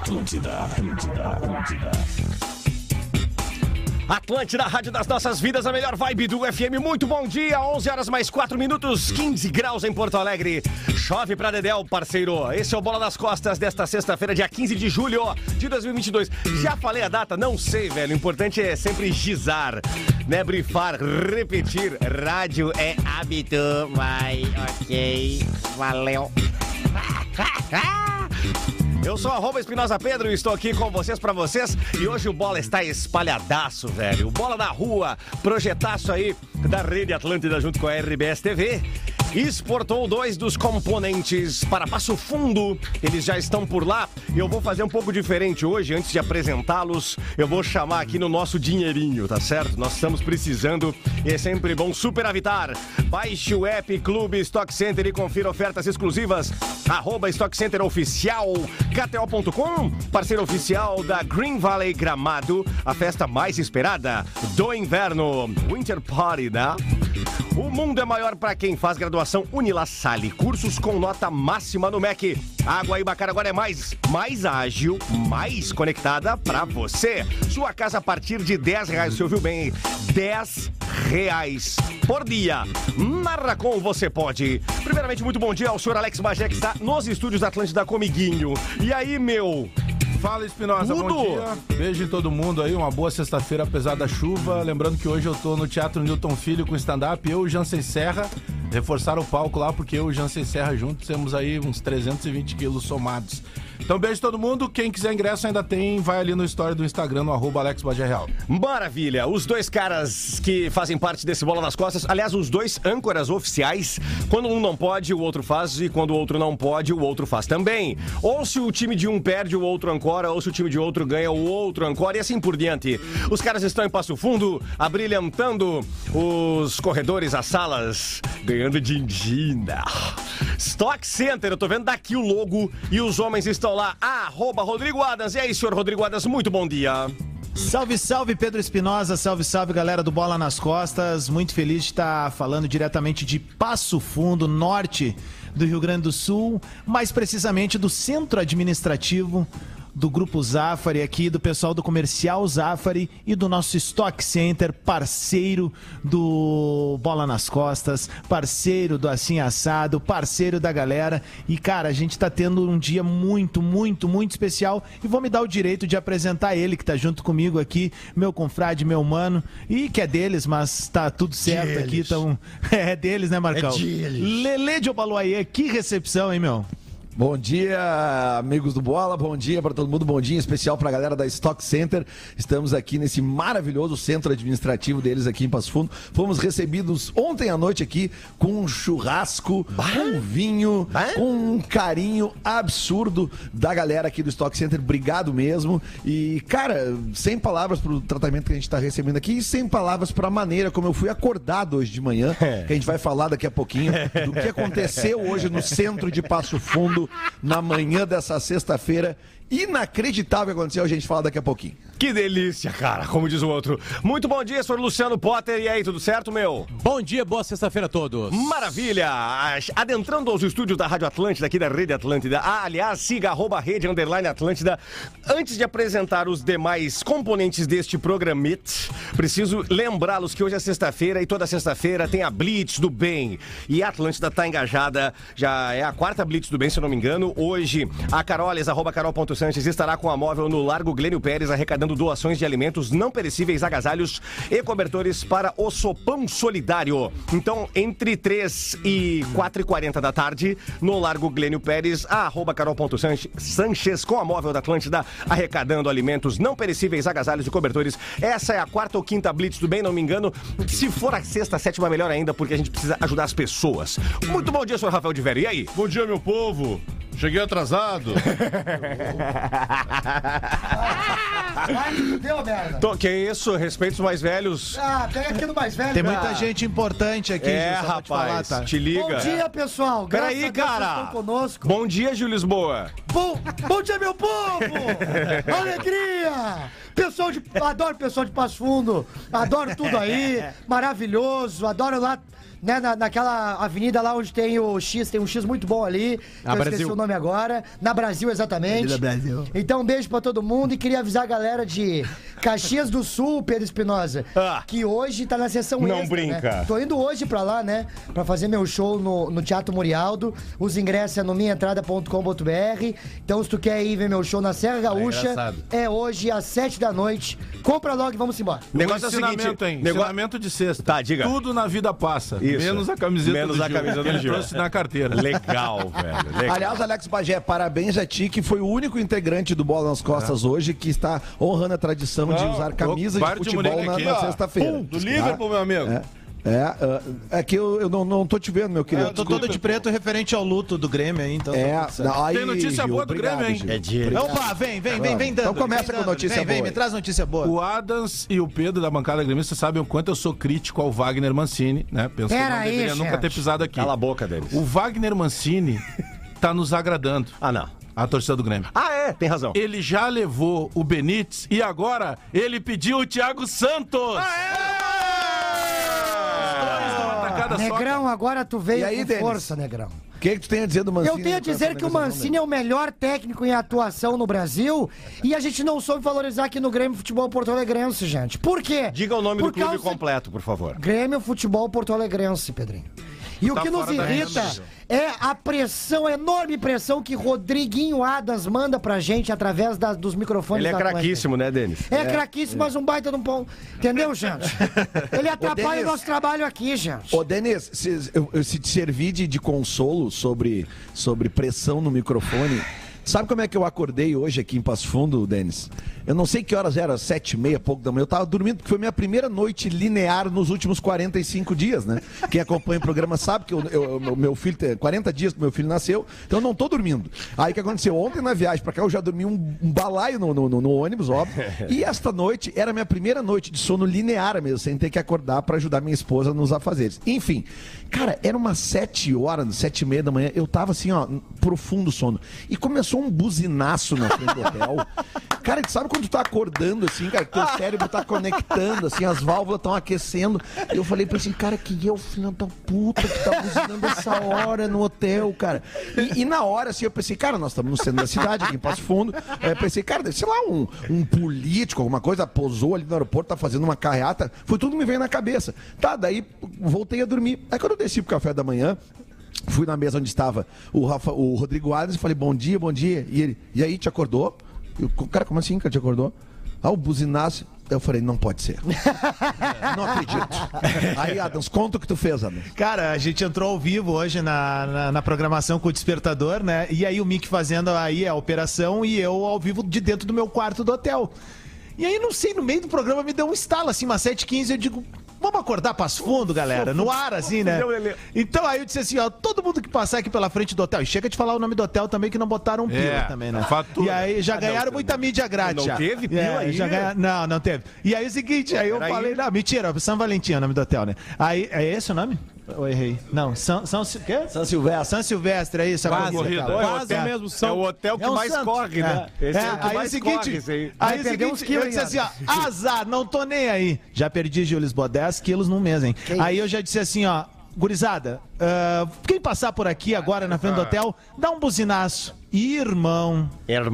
Atlântida, rádio das nossas vidas, a melhor vibe do FM. Muito bom dia, 11 horas mais 4 minutos, 15 graus em Porto Alegre. Chove pra Dedéu, parceiro. Esse é o Bola nas Costas desta sexta-feira, dia 15 de julho de 2022. Já falei a data? Não sei, velho. O importante é sempre gizar, né? Brifar, repetir. Rádio é hábito. Vai, ok. Valeu. Eu sou @Espinosa Pedro e estou aqui com vocês, pra vocês. E hoje o Bola está espalhadaço, velho. O Bola na rua, projetaço aí da Rede Atlântida junto com a RBS TV. Exportou 2 dos componentes para Passo Fundo. Eles já estão por lá. E eu vou fazer um pouco diferente hoje. Antes de apresentá-los, eu vou chamar aqui no nosso dinheirinho, tá certo? Nós estamos precisando e é sempre bom superavitar. Baixe o app Clube Stock Center e confira ofertas exclusivas. @Stock Center Oficial. KTO.com, parceiro oficial da Green Valley Gramado. A festa mais esperada do inverno. Winter Party, né? O mundo é maior para quem faz graduação Unilassalle. Cursos com nota máxima no MEC. A Água Ibacara agora é mais ágil, mais conectada para você. Sua casa a partir de R$10, você ouviu bem? R$10 por dia. Na Racon você pode. Primeiramente, muito bom dia ao senhor Alex Bagé, que está nos estúdios da Atlântida comiguinho. E aí, meu... Fala, Espinosa, bom dia. Beijo em todo mundo aí, uma boa sexta-feira apesar da chuva. Lembrando que hoje eu tô no Teatro Newton Filho com stand-up, eu e o Jansen Serra. Reforçaram o palco lá porque eu e o Jansen Serra juntos temos aí uns 320 quilos somados. Então beijo todo mundo, quem quiser ingresso ainda tem, vai ali no story do Instagram, no @AlexBajareal. Maravilha, os dois caras que fazem parte desse Bola nas Costas, aliás, os dois âncoras oficiais, quando um não pode, o outro faz, e quando o outro não pode, o outro faz também. Ou se o time de um perde, o outro ancora, ou se o time de outro ganha, o outro ancora, e assim por diante. Os caras estão em Passo Fundo, abrilhantando os corredores, as salas, ganhando din-din. Stock Center, eu tô vendo daqui o logo, e os homens estão lá, @Rodrigo Adams. E aí, senhor Rodrigo Adams, muito bom dia. Salve, salve, Pedro Espinosa, salve, salve, galera do Bola nas Costas. Muito feliz de estar falando diretamente de Passo Fundo, norte do Rio Grande do Sul, mais precisamente do centro administrativo do Grupo Zafari aqui, do pessoal do Comercial Zafari e do nosso Stock Center, parceiro do Bola nas Costas, parceiro do Assim Assado, parceiro da galera. E, cara, a gente tá tendo um dia muito, muito, muito especial e vou me dar o direito de apresentar ele, que tá junto comigo aqui, meu confrade, meu mano, e que é deles, mas tá tudo certo aqui, então... É deles, né, Marcão? É deles. Lelê de Obaloaiê, que recepção, hein, meu? Bom dia, amigos do Bola, bom dia para todo mundo, bom dia em especial para a galera da Stock Center. Estamos aqui nesse maravilhoso centro administrativo deles aqui em Passo Fundo. Fomos recebidos ontem à noite aqui com um churrasco, com vinho, com um carinho absurdo da galera aqui do Stock Center. Obrigado mesmo. E, cara, sem palavras pro tratamento que a gente está recebendo aqui e sem palavras para a maneira como eu fui acordado hoje de manhã, que a gente vai falar daqui a pouquinho do que aconteceu hoje no centro de Passo Fundo, na manhã dessa sexta-feira. Inacreditável que aconteceu, a gente fala daqui a pouquinho. Que delícia, cara, como diz o outro. Muito bom dia, senhor Luciano Potter. E aí, tudo certo, meu? Bom dia, boa sexta-feira a todos. Maravilha! Adentrando aos estúdios da Rádio Atlântida, aqui da Rede Atlântida. Aliás, siga @Rede_Atlântida. Antes de apresentar os demais componentes deste programete, preciso lembrá-los que hoje é sexta-feira e toda sexta-feira tem a Blitz do Bem. E a Atlântida tá engajada, já é a 4ª Blitz do Bem, se eu não me engano. Hoje, a Caroles, @Carol.Sanches, estará com a móvel no Largo Glênio Pérez, arrecadando doações de alimentos não perecíveis, agasalhos e cobertores para o Sopão Solidário. Então, entre 3 e 4h40 da tarde, no Largo Glênio Pérez, a @Carol.Sanches com a móvel da Atlântida, arrecadando alimentos não perecíveis, agasalhos e cobertores. Essa é a 4ª ou 5ª Blitz do Bem, não me engano. Se for a 6ª, 7ª, melhor ainda, porque a gente precisa ajudar as pessoas. Muito bom dia, senhor Rafael de Vério. E aí? Bom dia, meu povo. Cheguei atrasado. Deu merda. Que isso? Respeita os mais velhos. Pega aqui no mais velho. Tem muita gente importante aqui. Rapaz, falar, tá? te liga. Bom dia, pessoal. Peraí, cara. Estão conosco. Bom dia, Gil Lisboa. Bom dia, meu povo. Alegria. Adoro o pessoal de Passo Fundo. Adoro tudo aí. Maravilhoso. Adoro lá né, naquela avenida lá onde tem o X, tem um X muito bom ali. Eu esqueci o nome agora. Na Brasil, exatamente. Na Brasil. Então, um beijo pra todo mundo e queria avisar a galera de Caxias do Sul, Pedro Espinosa, que hoje tá na sessão Não extra, brinca. né? Tô indo hoje pra lá, né, pra fazer meu show no Teatro Murialdo. Os ingressos é no minhaentrada.com.br. Então, se tu quer ir ver meu show na Serra Gaúcha, é hoje às 7 da noite. Compra logo e vamos embora. O negócio é o seguinte, ensinamento de sexta. Tá, diga. Tudo na vida passa. Isso. Menos a camiseta Menos a camisa do que ele Gil. trouxe na carteira. Legal, velho. Legal. Aliás, Alex Bagé, parabéns a ti, que foi o único integrante do Bola nas Costas hoje que está honrando a tradição de usar camisa de futebol na sexta-feira. Do Liverpool, meu amigo. É que eu não tô te vendo, meu querido. Eu tô todo de preto referente ao luto do Grêmio aí, então. Tem notícia boa do Grêmio, hein? É dia. Opa, vem dando. Então começa com notícia boa. Me traz notícia boa. O Adams e o Pedro da bancada gremista sabem o quanto eu sou crítico ao Wagner Mancini, né? Penso que ele não deveria nunca ter pisado aqui. Cala a boca deles. O Wagner Mancini tá nos agradando. Ah, não. A torcida do Grêmio. Tem razão. Ele já levou o Benítez e agora ele pediu o Thiago Santos. Negrão, agora tu veio E aí, com Denis? força, Negrão. O que tu tem a dizer do Mancini? Eu tenho a dizer que o Mancini é o melhor técnico em atuação no Brasil e a gente não soube valorizar aqui no Grêmio Futebol Porto Alegrense, gente. Por quê? Diga o nome do clube causa- completo, por favor. Grêmio Futebol Porto Alegrense, Pedrinho. E o que nos irrita é a pressão, a enorme pressão que Rodriguinho Adams manda pra gente através dos microfones Ele é da Atlântida. craquíssimo, né, Denis? É craquíssimo, mas um baita de um pão. Entendeu, gente? Ele atrapalha Denis. o nosso trabalho aqui, gente. Ô, Denis, se te servir de consolo sobre pressão no microfone, sabe como é que eu acordei hoje aqui em Passo Fundo, Denis? Eu não sei que horas era, 7h30, pouco da manhã. Eu tava dormindo, porque foi minha primeira noite linear nos últimos 45 dias, né? Quem acompanha o programa sabe que meu filho tem 40 dias que meu filho nasceu, então eu não tô dormindo. Aí o que aconteceu? Ontem na viagem pra cá eu já dormi um balaio no ônibus, óbvio. E esta noite era a minha primeira noite de sono linear mesmo, sem ter que acordar pra ajudar minha esposa nos afazeres. Enfim, cara, era umas 7h, 7h30 da manhã, eu tava assim, ó, profundo sono. E começou um buzinaço na frente do hotel. Cara, sabe quando tu tá acordando assim, cara, que teu cérebro tá conectando, assim, as válvulas estão aquecendo. Eu falei pra assim, cara, que é o filho da puta que tá buzinando essa hora no hotel, cara. E na hora, assim, eu pensei, cara, nós estamos no centro da cidade, aqui em Passo Fundo. Aí eu pensei, cara, deve ser lá um político, alguma coisa, posou ali no aeroporto, tá fazendo uma carreata. Foi tudo que me veio na cabeça. Tá, daí voltei a dormir. Aí quando eu desci pro café da manhã, fui na mesa onde estava o Rodrigo Adams e falei, bom dia. E ele, e aí, te acordou? Eu, cara, como assim, cara, te acordou? O buzinaço. Eu falei, não pode ser. Não acredito. Aí, Adams, conta o que tu fez, Adams. Cara, a gente entrou ao vivo hoje na programação com o Despertador, né? E aí o Mick fazendo aí a operação e eu ao vivo de dentro do meu quarto do hotel. E aí, não sei, no meio do programa me deu um estalo, assim, umas 7h15, eu digo... Vamos acordar Passo Fundo, galera, no ar, assim, né? Então aí eu disse assim, ó, todo mundo que passar aqui pela frente do hotel, e chega de falar o nome do hotel também, que não botaram um pila também, né? Fatura. E aí já ganharam muita mídia grátis. Não teve pila aí? Não teve. E aí é o seguinte, aí eu falei, não, mentira, São Valentim é o nome do hotel, né? Aí, é esse o nome? Ou errei? Não, quê? São Silvestre. São Silvestre, é isso. Quase Quase mesmo. É o hotel que mais Santos. corre, né? Esse é o que Aí mais o seguinte, corre, esse aí. aí o perdeu uns seguinte, quilos, eu disse hein, assim, ó, azar, não tô nem aí. Já perdi, Gil Lisboa, 10 quilos num mês, hein? Aí eu já disse assim, ó, gurizada, quem passar por aqui agora na frente do hotel, dá um buzinaço. Irmão,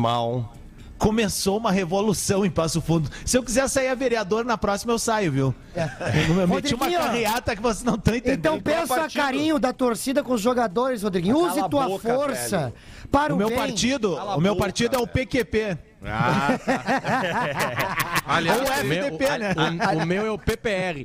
começou uma revolução em Passo Fundo. Se eu quiser sair a vereador, na próxima eu saio, viu? Eu meti uma Rodriguinho, carreata que vocês não estão entendendo. Então pensa carinho da torcida com os jogadores, Rodriguinho. Use Cala a tua boca, força velho. para O o meu bem. partido, é o PQP. Aliás, Ou FDP, né? O meu é o PPR.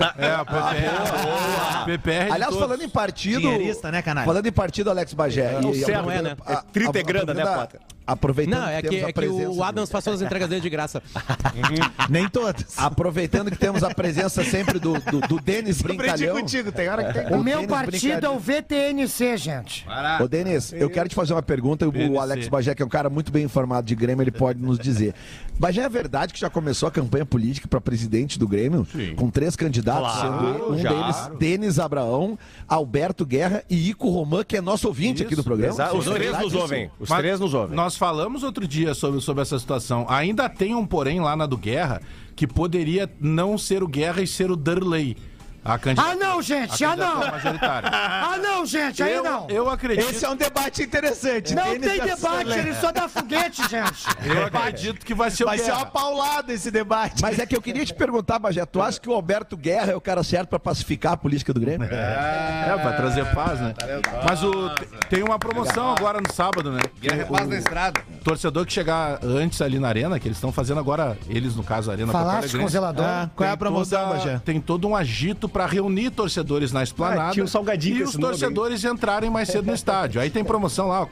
PPR. Aliás, falando em partido... Dinheirista, né, canalha? Falando em partido, Alex Bagé. Não certo, é, né? É tritegrana, né, Pata? Aproveitando Não, é temos a que presença o Adams faz todas as entregas dele de graça. Nem todas. Aproveitando que temos a presença sempre do Denis Brincalhão. contigo, tem hora que tem. O meu Denis partido é o VTNC, gente. Ô, Denis, eu quero te fazer uma pergunta. O Alex Bagé, que é um cara muito bem informado de Grêmio, ele pode nos dizer. Bagé, é verdade que já começou a campanha política para presidente do Grêmio? Sim. Com 3 candidatos, Claro, sendo um já. deles Denis Abraão, Alberto Guerra e Ico Román, que é nosso ouvinte aqui do programa. Exato, os É três verdade nos isso? ouvem. Os Mas três nos ouvem. Nós falamos outro dia sobre essa situação. Ainda tem um porém lá na do Guerra que poderia não ser o Guerra e ser o Darley. não, gente, majoritária. não, gente, aí não. Eu acredito. Esse é um debate interessante. Não Denis tem debate, Assolé. ele só dá foguete, gente. Eu acredito que vai ser o Vai ser Guerra. uma paulada esse debate. Mas é que eu queria te perguntar, Bagé, tu acha que o Alberto Guerra é o cara certo pra pacificar a política do Grêmio? Vai trazer paz, né? Mas tem uma promoção agora no sábado, né? Guerra é paz na estrada. Torcedor que chegar antes ali na arena, que eles estão fazendo agora, eles no caso, a Arena Porto Falaste Alegrense, congelador. Qual é a promoção, Bagé? tem todo um agito pra reunir torcedores na esplanada tinha um salgadinho e com os esse nome, torcedores entrarem mais cedo no estádio. Aí tem promoção lá,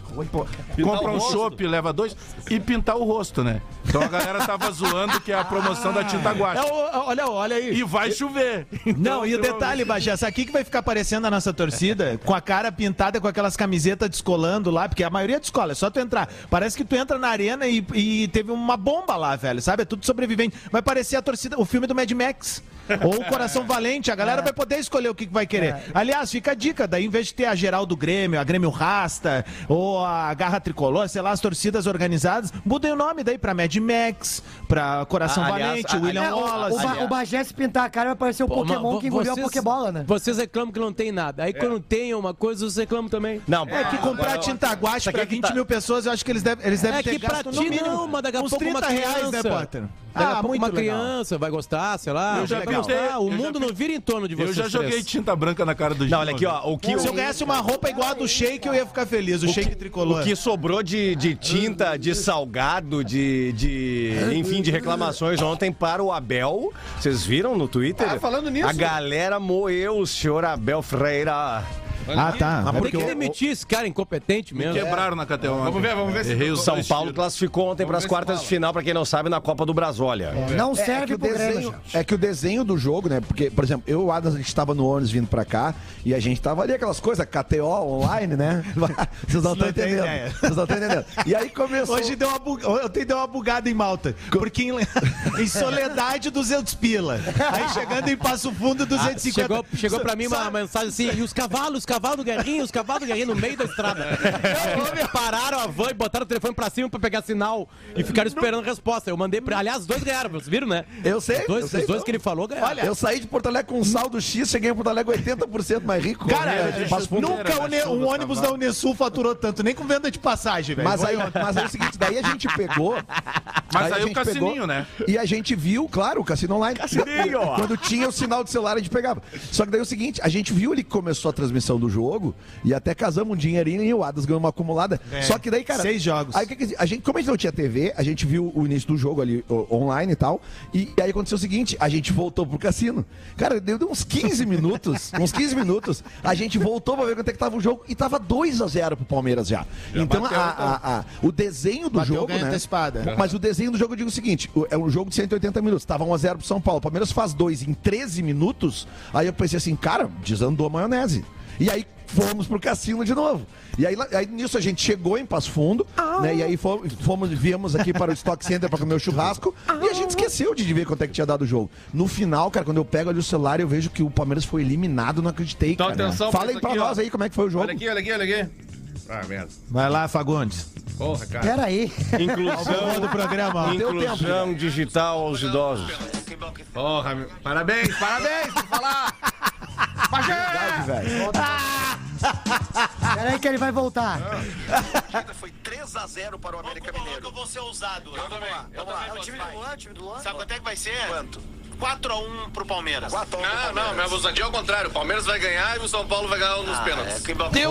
compra um chopp, leva 2 e pintar o rosto, né? Então a galera tava zoando que é a promoção da tinta guache. Olha aí. E vai chover. Não, e o detalhe, Bagé, essa aqui que vai ficar aparecendo a nossa torcida, com a cara pintada, com aquelas camisetas descolando lá, porque a maioria descola, é só tu entrar. Parece que tu entra na arena e teve uma bomba lá, velho, sabe? É tudo sobrevivente. Vai parecer a torcida, o filme do Mad Max. Ou o Coração Valente, a galera vai poder escolher o que vai querer. Aliás, fica a dica, daí em vez de ter a geral do Grêmio, a Grêmio Rasta, ou a Garra Tricolor, sei lá, as torcidas organizadas, mudem o nome daí pra Mad Max, pra Coração Valente, William Wallace. O Bagé, se pintar a cara, vai parecer o Pokémon que engoliu a Pokébola, né? Vocês reclamam que não tem nada. Aí quando tem uma coisa, vocês reclamam também. Não, É que comprar tinta guache pra 20 mil pessoas, eu acho que eles devem É ter que pra gasto no ti mínimo não, mas daqui a uns pouco uma 30 reais, né, criança. Potter? Daqui a pouco muito uma legal. criança vai gostar, sei lá. Eu já vai gostar. tentei, O eu mundo já- não vira em torno de Eu vocês. já joguei três. tinta branca na cara do Gil. Não, olha aqui, ó. Se eu ganhasse uma roupa igual a do Shake, eu ia ficar feliz. O Shake tricolor. O que sobrou de tinta, de salgado, enfim, de reclamações ontem para o Abel. Vocês viram no Twitter? Falando nisso. A galera moeu o senhor Abel Freira. Ah, tá. Mas tem porque que o- demitir esse cara incompetente mesmo. Quebraram na KTO. Vamos ver se Errei o São dois Paulo tiros. classificou ontem para as ver se quartas fala. de final, para quem não sabe, na Copa do Brasólia. Não que serve o pro Grêmio, desenho, gente. é que o desenho do jogo, né? Porque, por exemplo, eu e o Adams, a gente tava no ônibus vindo pra cá e a gente tava ali aquelas coisas, KTO online, né? Vocês não estão Não tem entendendo. ideia. Vocês não estão entendendo. E aí começou. Hoje deu uma bugada em Malta. Porque em Soledade, 200 pila. Aí chegando em Passo Fundo, 250. Chegou pra mim uma mensagem assim, e os cavalos do Guerrinho no meio da estrada. Pararam a van e botaram o telefone pra cima pra pegar sinal e ficaram esperando a resposta. Eu mandei pra... Aliás, os dois ganharam, vocês viram, né? Eu sei. Os dois que ele falou ganharam. Olha, eu saí de Porto Alegre com um saldo X, cheguei em Porto Alegre 80% mais rico. Cara, Passo Fundo. nunca um ônibus da Unesul faturou tanto, nem com venda de passagem, velho. Mas aí é o seguinte, daí a gente pegou. Mas a aí o gente Cassininho, pegou, né? E a gente viu, claro, o Cassino Online. Cassininho, ó. Quando tinha o sinal de celular, a gente pegava. Só que daí é o seguinte, a gente viu ele que começou a transmissão do jogo e até casamos um dinheirinho e o Adams ganhou uma acumulada. Só que daí, cara... 6 jogos. Aí, como a gente não tinha TV, a gente viu o início do jogo ali online e tal. E aí aconteceu o seguinte, a gente voltou pro cassino. Cara, deu uns 15 minutos, a gente voltou pra ver quanto é que tava o jogo e tava 2-0 pro Palmeiras já. Então, o desenho do Bateu jogo, ganho né? antecipada. Mas o desenho do jogo, eu digo o seguinte, é um jogo de 180 minutos, tava 1-0 pro São Paulo. O Palmeiras faz 2 em 13 minutos, aí eu pensei assim, cara, desandou a maionese. E aí fomos pro cassino de novo. E aí nisso a gente chegou em Passo Fundo, né? E aí viemos aqui para o Stock Center para comer o churrasco e a gente esqueceu de ver quanto é que tinha dado o jogo. No final, cara, quando eu pego ali o celular, eu vejo que o Palmeiras foi eliminado, não acreditei, Então, cara. atenção Fala pra aí isso pra aqui, nós ó. aí como é que foi o jogo. Olha aqui. Ah, merda. Vai lá, Fagundes. Porra, cara. Peraí. Inclusão, Do programa. inclusão digital aos idosos. Porra, meu. Parabéns por falar. Verdade, velho. Peraí que ele vai voltar. Foi 3-0 para o América Mineiro. Eu vou ser ousado. Vamos lá. É o time do Luan, time do Luan. Sabe quanto é que vai ser? Quanto? 4-1 pro Palmeiras. 4-1 pro Palmeiras. Não, minha ousadia é o contrário. O Palmeiras vai ganhar e o São Paulo vai ganhar nos pênaltis. Deu!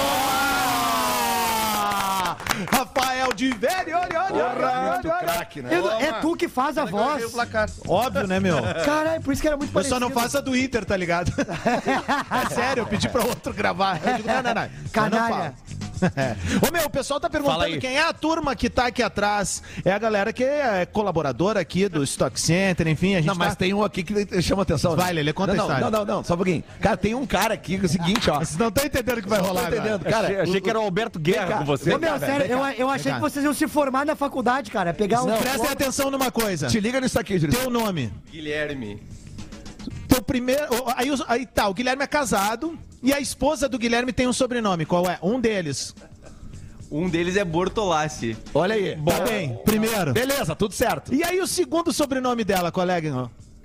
Rafael de Velho, olha. Craque, né? É tu que faz a voz. Óbvio, né, meu? Caralho, por isso que era muito Eu parecido. só não faço a do Inter, tá ligado? É sério, eu pedi pra outro gravar. Eu digo, não. Canalha. Ô meu, o pessoal tá Fala perguntando aí. quem é a turma que tá aqui atrás. É a galera que é colaboradora aqui do Stock Center, enfim, a gente Não, mas tem um aqui que chama atenção. Vai, Lelê, conta a história. Não, só um pouquinho. Cara, tem um cara aqui que é o seguinte, ó. Vocês não estão entendendo o que vai rolar Tô entendendo, agora. cara. Achei que era o Alberto Guerra com você. Ô, meu, sério, eu achei que vocês iam se formar na faculdade, cara. Pegar um. Prestem atenção numa coisa. Te liga nisso aqui, Júlio. Teu nome. Guilherme. Teu primeiro. Aí tá, o Guilherme é casado e a esposa do Guilherme tem um sobrenome. Qual é? Um deles. Um deles é Bortolassi. Olha aí. Tá bem. Primeiro. Beleza, tudo certo. E aí o segundo sobrenome dela, colega?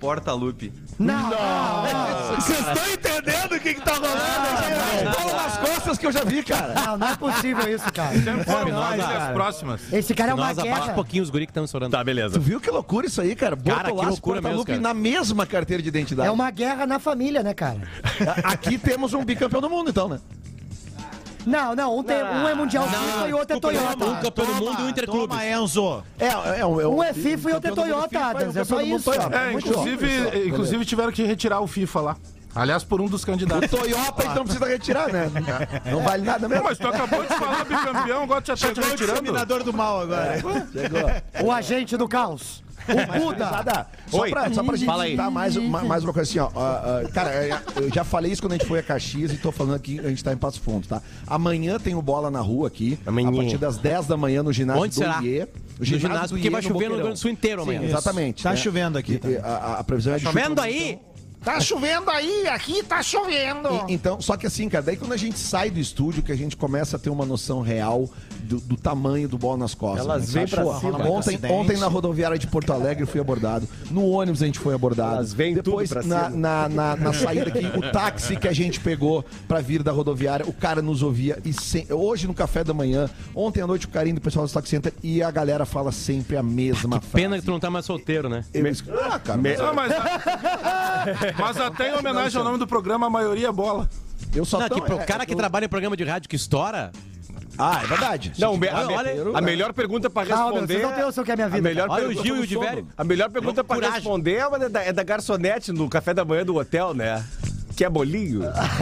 Porta-Lupe. Não. Vocês estão entendendo o que tá rolando? Bola nas costas que eu já vi, cara. Não é possível isso, cara. As próximas. Esse cara é uma Nós abaixa um guerra. pouquinho os guri que estão estourando. Tá, beleza. Tu viu que loucura isso aí, cara? Cara, que Bortolaço, loucura mesmo, Porta-Lupe cara. na mesma carteira de identidade. É uma guerra na família, né, cara? Aqui temos um bicampeão do mundo, então, né? Não, um é Mundial FIFA e o outro é Toyota. Um campeão do mundo e um Interclubes. Toma, Enzo. Um é FIFA e outro é Toyota, Adams. É só isso. Inclusive tiveram que retirar o FIFA lá. Aliás, por um dos candidatos. Toyota, então precisa retirar, né? Não vale nada mesmo. Mas tu acabou de falar bicampeão, agora tu já tá te Chegou o retirando. exterminador do mal agora. O agente do caos. O Buda. Só pra gente Fala aí. citar mais uma coisa assim, ó. Cara, eu já falei isso quando a gente foi a Caxias e tô falando aqui, a gente tá em Passo Fundo, tá? Amanhã tem o Bola na Rua aqui, Amanhã. a partir das 10 da manhã no ginásio Onde do será? IE. No ginásio, porque vai chover no Rio Boqueirão. Grande do Sul inteiro amanhã. Sim, exatamente. Tá né? chovendo aqui. A previsão é de Chovendo chuva, aí? Tá chovendo aí, aqui tá chovendo. Então, só que assim, cara, daí quando a gente sai do estúdio, que a gente começa a ter uma noção real do tamanho do Bola nas costas. Elas né? vêm pra Pô, cima. Ontem na rodoviária de Porto Alegre eu fui abordado. No ônibus a gente foi abordado. Elas vêm Depois, tudo pra cima. na saída aqui, o táxi que a gente pegou pra vir da rodoviária, o cara nos ouvia. Hoje no café da manhã, ontem à noite o carinho do pessoal do Stock Center e a galera fala sempre a mesma frase. Pena que tu não tá mais solteiro, né? Cara, Mas até em homenagem ao nome do programa, a maioria é bola. eu só Não, tô, que pro cara que trabalha em programa de rádio que estoura, Ah, é verdade. Não, olha, a melhor pergunta pra Calma, responder. vocês não têm noção que é a minha vida, A melhor olha o pergunta- Gil e o de velho. A melhor pergunta pra Coragem. responder é da garçonete no café da manhã do hotel, né? Que é bolinho.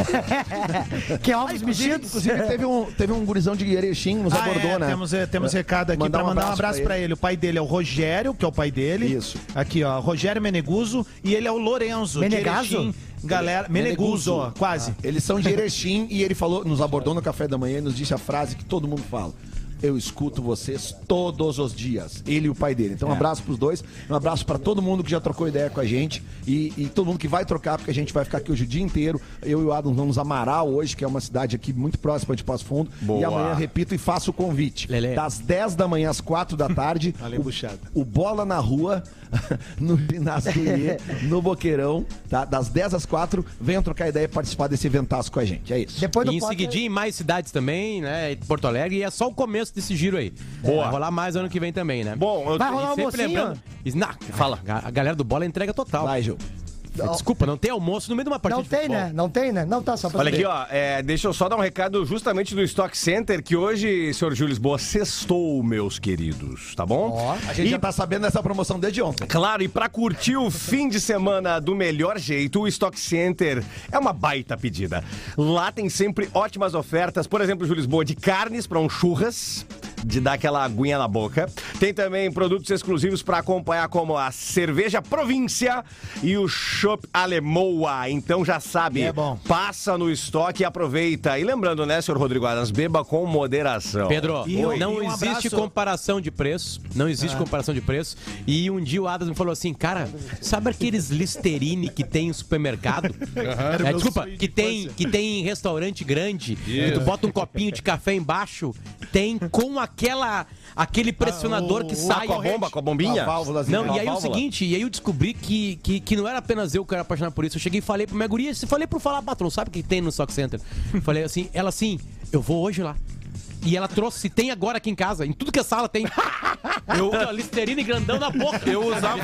Que é ovos mexidos. Inclusive, teve um gurizão de Erechim, nos abordou, né? Temos recado aqui Mandar pra um mandar um abraço abraço pra pra ele. O pai dele é o Rogério, que é o pai dele. Isso. Aqui, ó, Rogério Meneguso. E ele é o Lorenzo. de Menegaso? Erechim. Galera, Meneguso, quase. Eles são de Erechim e ele falou, nos abordou no café da manhã e nos disse a frase que todo mundo fala. Eu escuto vocês todos os dias. Ele e o pai dele. Então, um abraço pros dois. Um abraço pra todo mundo que já trocou ideia com a gente. E todo mundo que vai trocar, porque a gente vai ficar aqui hoje o dia inteiro. Eu e o Adam vamos a Amaral hoje, que é uma cidade aqui muito próxima de Passo Fundo. Boa. E amanhã, repito e faço o convite. Lelê. Das 10 da manhã às 4 da tarde. Falei buchada. O Bola na Rua, no ginásio do IE, no Boqueirão, tá? Das 10 às 4, venham trocar ideia e participar desse eventaço com a gente. É isso. Depois do E em Potter- seguidinha em mais cidades também, né? Em Porto Alegre, e é só o começo desse giro aí. Boa. Vai rolar mais ano que vem também, né? Bom, eu Vai rolar E um sempre almocinho? lembrando. Fala. A galera do bola é entrega total. Vai, Gil. Desculpa, não tem almoço no meio de uma partida Não de tem, futebol. né? Não tem, né? Não tá só pra Olha saber. aqui, ó, deixa eu só dar um recado justamente do Stock Center, que hoje, senhor Gil Lisboa, sextou, meus queridos, tá bom? Ó. A gente já tá sabendo dessa promoção desde ontem. Claro, e pra curtir o fim de semana do melhor jeito, o Stock Center é uma baita pedida. Lá tem sempre ótimas ofertas, por exemplo, Gil Lisboa, de carnes pra um churras, de dar aquela aguinha na boca. Tem também produtos exclusivos pra acompanhar, como a cerveja Província e o Chopp Alemoa. Então já sabe, É bom. passa no estoque e aproveita. E lembrando, né, senhor Rodrigo Adams, beba com moderação. Pedro, E não um existe abraço. comparação de preço. Não existe comparação de preço. E um dia o Adams me falou assim, cara, sabe aqueles Listerine que tem em supermercado? Desculpa, que tem em restaurante grande, que tu bota um copinho de café embaixo, tem com aquele pressionador que sai. Com a bombinha? A válvula, Não, Uma e aí o válvula. seguinte, e aí eu descobri que não era apenas eu que era apaixonado por isso. Eu cheguei e falei pra minha guria, falei pro falar, patrão, sabe o que tem no Stock Center? Falei assim, ela assim, eu vou hoje lá. E ela trouxe, tem agora aqui em casa, em tudo que é sala tem. Eu Listerine grandão na boca. Eu usava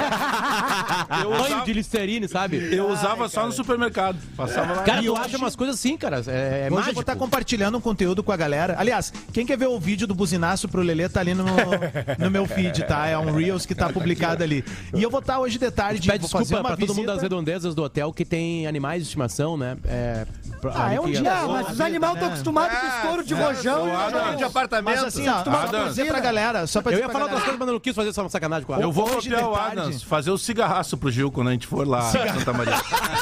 Banho de Listerine, sabe? só no supermercado. Passava lá. Cara, E tu hoje- acha umas coisas assim, cara. É Hoje mágico. eu vou estar compartilhando um conteúdo com a galera. Aliás, quem quer ver o vídeo do buzinaço pro Lelê tá ali no meu feed, tá? É um Reels que tá publicado ali. E eu vou estar hoje de tarde, Pede vou fazer desculpa uma pra todo mundo visita. das redondezas do hotel que tem animais de estimação, né? Ah, é um dia. Ah, mas os animais estão acostumados com os touros de rojão. de apartamento. Mas assim, ó, só pra dizer pra galera, só pra Eu dizer ia pra falar galera. outras coisas, mas eu não quis fazer essa sacanagem com ela. Eu vou Hoje copiar de o tarde. Adams, fazer o cigarraço pro Gil quando a gente for lá em Santa Maria.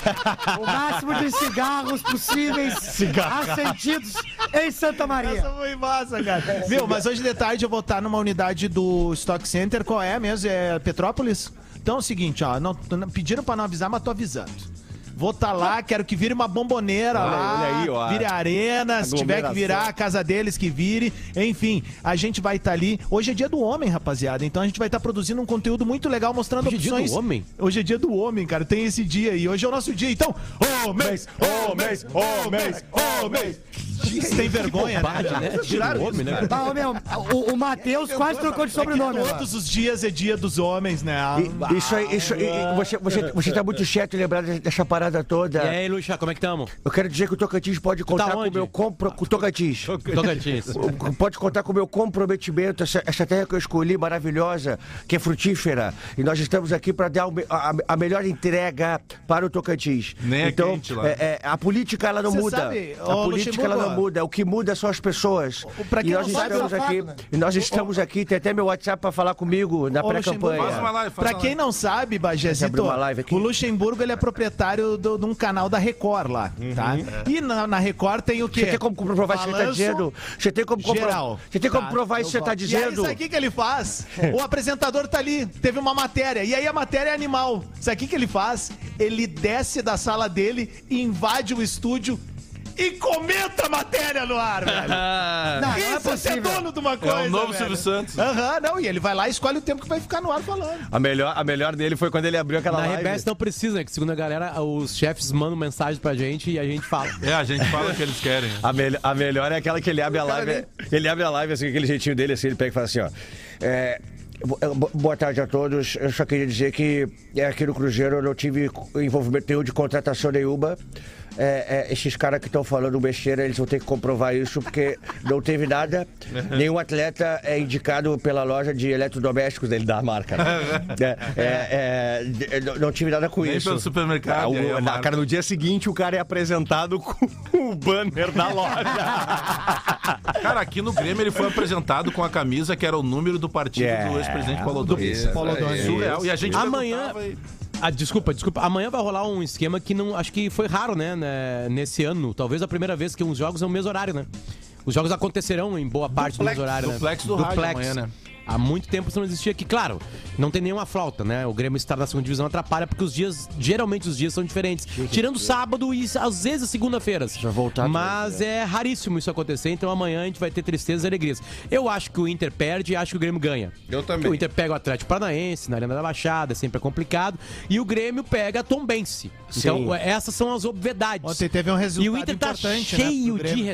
O máximo de cigarros possíveis acentidos em Santa Maria. Essa foi massa, cara. Viu, mas hoje de tarde eu vou estar numa unidade do Stock Center. Qual é mesmo? É Petrópolis? Então é o seguinte, ó. Pediram pra não avisar, mas tô avisando. Vou estar lá, quero que vire uma bomboneira lá, olha aí, ó. vire arena, se tiver que virar a casa deles, que vire. Enfim, a gente vai estar ali. Hoje é dia do homem, rapaziada, então a gente vai estar produzindo um conteúdo muito legal, mostrando Hoje é dia opções. do homem? Hoje é dia do homem, cara, tem esse dia e hoje é o nosso dia, então... Homens! Vocês têm vergonha, né? Tiraram homem, né? Ah, meu, o Matheus quase trocou de sobrenome. Todos os dias é dia dos homens, né? Isso aí, você tá muito certo em lembrar dessa parada toda. E aí, Luxa, como é que tamo? Eu quero dizer que o Tocantins pode contar com o meu com o Tocantins. Pode contar com o meu comprometimento, essa terra que eu escolhi, maravilhosa, que é frutífera. E nós estamos aqui para dar a melhor entrega para o Tocantins. Nem é então, quente lá. A política ela não Você muda. sabe, A política ela não muda. O que muda são as pessoas. Pra quem E nós não sabe, estamos aqui. E nós estamos aqui. Tem até meu WhatsApp para falar comigo na pré-campanha. Faz uma live, Pra quem não sabe, Bagezito, uma live aqui. o Luxemburgo ele é proprietário de um canal da Record lá, tá? E na Record tem o quê? Você tem como comprovar isso que você tá dizendo? Você tem como geral. Você tem como provar isso que você tá E aí, dizendo? sabe o que ele faz? O apresentador tá ali, teve uma matéria, e aí a matéria é animal. Sabe o que ele faz? Ele desce da sala dele, invade o estúdio e comenta a matéria no ar, velho. Não é Isso é ser possível. dono de uma coisa, É o novo velho. Silvio Santos. Aham, não, e ele vai lá e escolhe o tempo que vai ficar no ar falando. A melhor dele foi quando ele abriu aquela Na live. RBS não precisa, né? Que segundo a galera, os chefes mandam mensagem pra gente e a gente fala. A gente fala o que eles querem. A melhor é aquela que ele abre a live. Ele abre a live assim, com aquele jeitinho dele, assim, ele pega e fala assim, ó. Boa tarde a todos. Eu só queria dizer que aqui no Cruzeiro eu não tive envolvimento nenhum de contratação nenhuma. Esses caras que estão falando besteira, eles vão ter que comprovar isso, porque não teve nada. Nenhum atleta é indicado pela loja de eletrodomésticos dele da marca. Né? Não tive nada com Nem isso. pelo supermercado. E aí a marca- Cara, no dia seguinte o cara é apresentado com o banner da loja. Cara, aqui no Grêmio ele foi apresentado com a camisa que era o número do partido do ex-presidente Paulo Odoni. Surreal. E a gente Amanhã. Desculpa. Amanhã vai rolar um esquema que não. Acho que foi raro, né? Nesse ano. Talvez a primeira vez que uns jogos é o mesmo horário, né? Os jogos acontecerão em boa parte do mesmo horário, né? Duplex do rádio amanhã, né? Há muito tempo isso não existia aqui. Claro, não tem nenhuma flauta, né? O Grêmio estar na segunda divisão atrapalha porque geralmente os dias são diferentes. Tirando sábado e às vezes segunda-feiras. Mas é raríssimo isso acontecer, então amanhã a gente vai ter tristezas e alegrias. Eu acho que o Inter perde e acho que o Grêmio ganha. Eu também. Porque o Inter pega o Atlético Paranaense, na Arena da Baixada, sempre é complicado. E o Grêmio pega a Tombense. Então essas são as obviedades. Ontem teve um resultado E o Inter tá importante, cheio né, pro de Grêmio.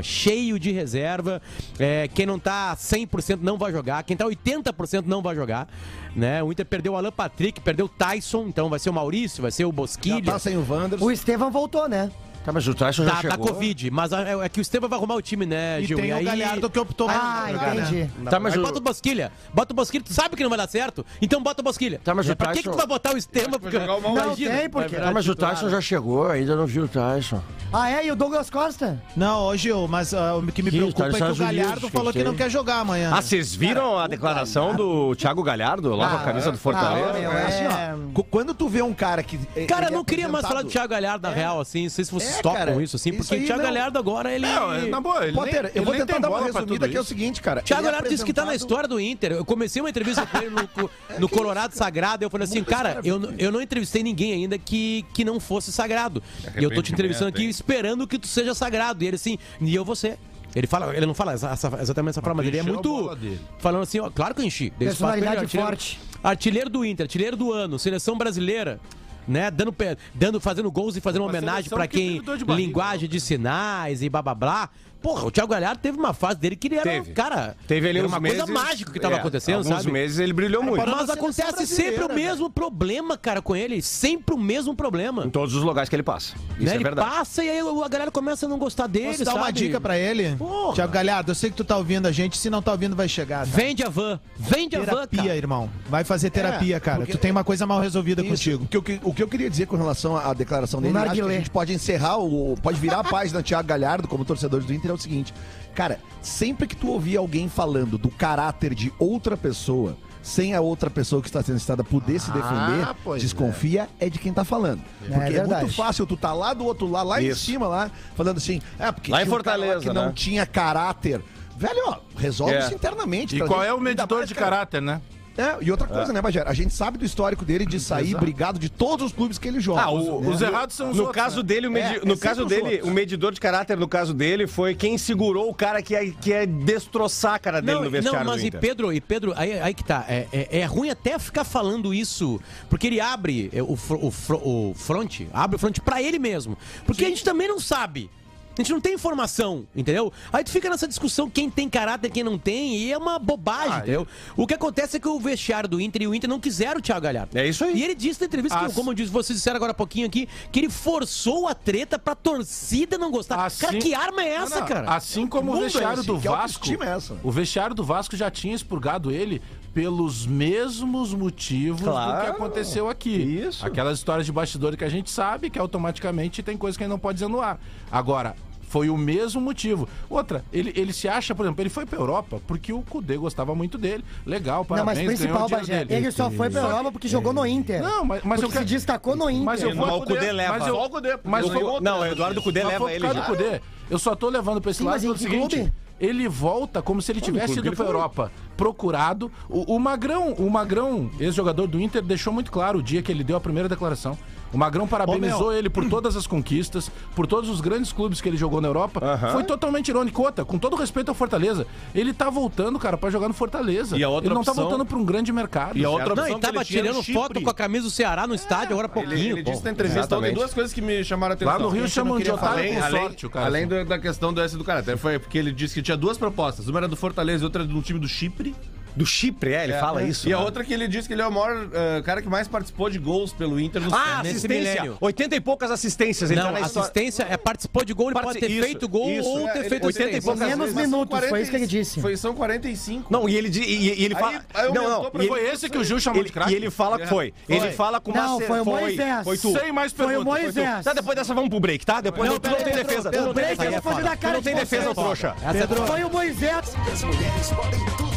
reserva. Quem não tá 100% não vai jogar. Quem tá 80% não vai jogar. Né? O Inter perdeu o Alan Patrick, perdeu o Tyson. Então vai ser o Maurício, vai ser o Bosquilha. Já tá sem o Wanderson. O Estevão voltou, né? Tá, mas o Tyson já Tá chegou. Covid. Mas é que o Estevam vai arrumar o time, né, E Gil? tem o Galhardo que optou por jogar, né? Entendi. Tá, mas Aí o... bota o Bosquilha. Bota o Bosquilha. Tu sabe que não vai dar certo? Então bota o Bosquilha. Tá, mas o Pra que Tyson- tu vai botar o Estevam? Porque... Não tem, por quê? Tá, mas o Tyson já chegou, ainda não viu o Tyson. E o Douglas Costa? Não, ô Gil, mas o que me Sim, preocupa tá nos é que o Estados Unidos, Galhardo falou que não quer jogar amanhã. Vocês viram a declaração do Thiago Galhardo lá com a camisa do Fortaleza? Assim, ó, quando tu vê um cara que... Cara, ele eu é não queria mais falar do apresentado- Thiago Galhardo, na real, assim. Não sei se vocês tocam cara, isso, assim, isso porque aí o Thiago não- Galhardo agora, ele... Na boa, ele Potter, nem, eu vou ele nem tentar tem dar uma bola pra resumida tudo que é o isso. seguinte, cara. Thiago ele é Galhardo disse que tá na apresentado- história do Inter. Eu comecei uma entrevista com ele no Colorado Sagrado e eu falei assim, cara, eu não entrevistei ninguém ainda que não fosse sagrado. E eu tô te entrevistando aqui esperando que tu seja sagrado. E ele assim, e eu vou ser. Ele não fala exatamente essa forma dele. É encheu a muito. bola dele. Falando assim, ó, claro que eu enchi. Desse fato, Personalidade artilheiro- forte. Artilheiro do Inter, artilheiro do ano, seleção brasileira. Né, fazendo gols e fazendo Uma homenagem seleção pra que quem driblou de barriga, linguagem de sinais e blá blá blá. Porra, o Thiago Galhardo teve uma fase dele que ele era, cara, Teve ali era uns uma meses, coisa mágica que tava acontecendo, alguns sabe? meses ele brilhou muito. Mas acontece sempre o mesmo problema, cara, com ele. Sempre o mesmo problema. Em todos os lugares que ele passa. Isso Né? é Ele verdade. passa e aí a galera começa a não gostar dele, Posso dar sabe? uma dica pra ele? Porra. Thiago Galhardo, eu sei que tu tá ouvindo a gente, se não tá ouvindo vai chegar. Tá? Vende a van. Vende a van, Terapia, cara. irmão. Vai fazer terapia, cara. porque- Tu tem uma coisa mal resolvida Isso. contigo. O que eu queria dizer com relação à declaração dele, acho que narguilé. a gente pode encerrar, pode virar a página Thiago Galhardo como torcedores do Inter, é o seguinte, cara, sempre que tu ouvir alguém falando do caráter de outra pessoa, sem a outra pessoa que está sendo citada poder se defender, pois desconfia é de quem tá falando. Porque é verdade. muito fácil tu tá lá do outro lado, lá em Isso. cima, lá, falando assim, porque Lá em tinha um cara Fortaleza, que não né? tinha caráter. Velho, ó, resolve É. isso internamente. E pra qual gente- é o ainda medidor mais, de cara, caráter, né? E outra coisa, né, Bagé? A gente sabe do histórico dele de sair brigado de todos os clubes que ele joga. Os errados são os no outros. Caso dele, no caso dele, o medidor de caráter, no caso dele, foi quem segurou o cara que ia destroçar a cara dele no vestiário. Não, mas e Pedro, aí que tá. É ruim até ficar falando isso, porque ele abre o front pra ele mesmo. Porque a gente também não sabe. A gente não tem informação, entendeu? Aí tu fica nessa discussão quem tem caráter, quem não tem, e é uma bobagem, entendeu? O que acontece é que o vestiário do Inter e o Inter não quiseram o Thiago Galhardo. É isso aí. E ele disse na entrevista, como vocês disseram agora há pouquinho aqui, que ele forçou a treta pra torcida não gostar. Cara, que arma é essa, cara? Assim como o vestiário do Vasco, o vestiário do Vasco já tinha expurgado ele pelos mesmos motivos do que aconteceu aqui. Isso. Aquelas histórias de bastidor que a gente sabe que automaticamente tem coisa que ele não pode dizer no ar. Agora, foi o mesmo motivo. Outra, ele se acha, por exemplo, ele foi pra Europa porque o Cudê gostava muito dele. Legal, parabéns. Não, mas principal, Bagé, ele só foi pra Europa porque jogou no Inter. Não, mas eu se destacou no Inter. Mas o Cudê leva. Só o Cudê. Não, o Eduardo Cudê leva ele já. Cudê. Eu só tô levando pra esse lado pelo seguinte... Ele volta como se ele tivesse ido pra Europa, procurado. O Magrão, ex-jogador do Inter, deixou muito claro o dia que ele deu a primeira declaração. O Magrão parabenizou ele por todas as conquistas, por todos os grandes clubes que ele jogou na Europa. Foi totalmente irônico. Outra, com todo respeito ao Fortaleza, ele tá voltando, cara, pra jogar no Fortaleza. E a outra ele não opção... tá voltando pra um grande mercado. E a outra opção ele tava tirando foto com a camisa do Ceará no estádio agora há pouquinho. Ele disse na entrevista ontem duas coisas que me chamaram a atenção. Lá no Rio chamam de otário com sorte, o cara. Além da questão do S do caráter, foi porque ele disse que tinha duas propostas. Uma era do Fortaleza e outra do time do Chipre. Do Chipre, ele fala isso. E a outra que ele disse que ele é o maior cara que mais participou de gols pelo Inter no assistência. 80 e poucas assistência. Ele não, assistência participou de gol, ele pode ter feito gol ou ter feito 80 e poucas menos minutos, foi isso que ele disse. São 45. Não, e ele fala... Foi esse que o Gil chamou de craque? E ele fala que foi. Ele fala com uma... Não, foi o Moisés. Foi tu. Sem mais perguntas. Foi o Moisés. Tá, depois dessa vamos pro break, tá? Depois tu não tem defesa. Tu não tem defesa. Tu não tem defesa, trouxa. Foi o Moisés. As mulheres podem tudo.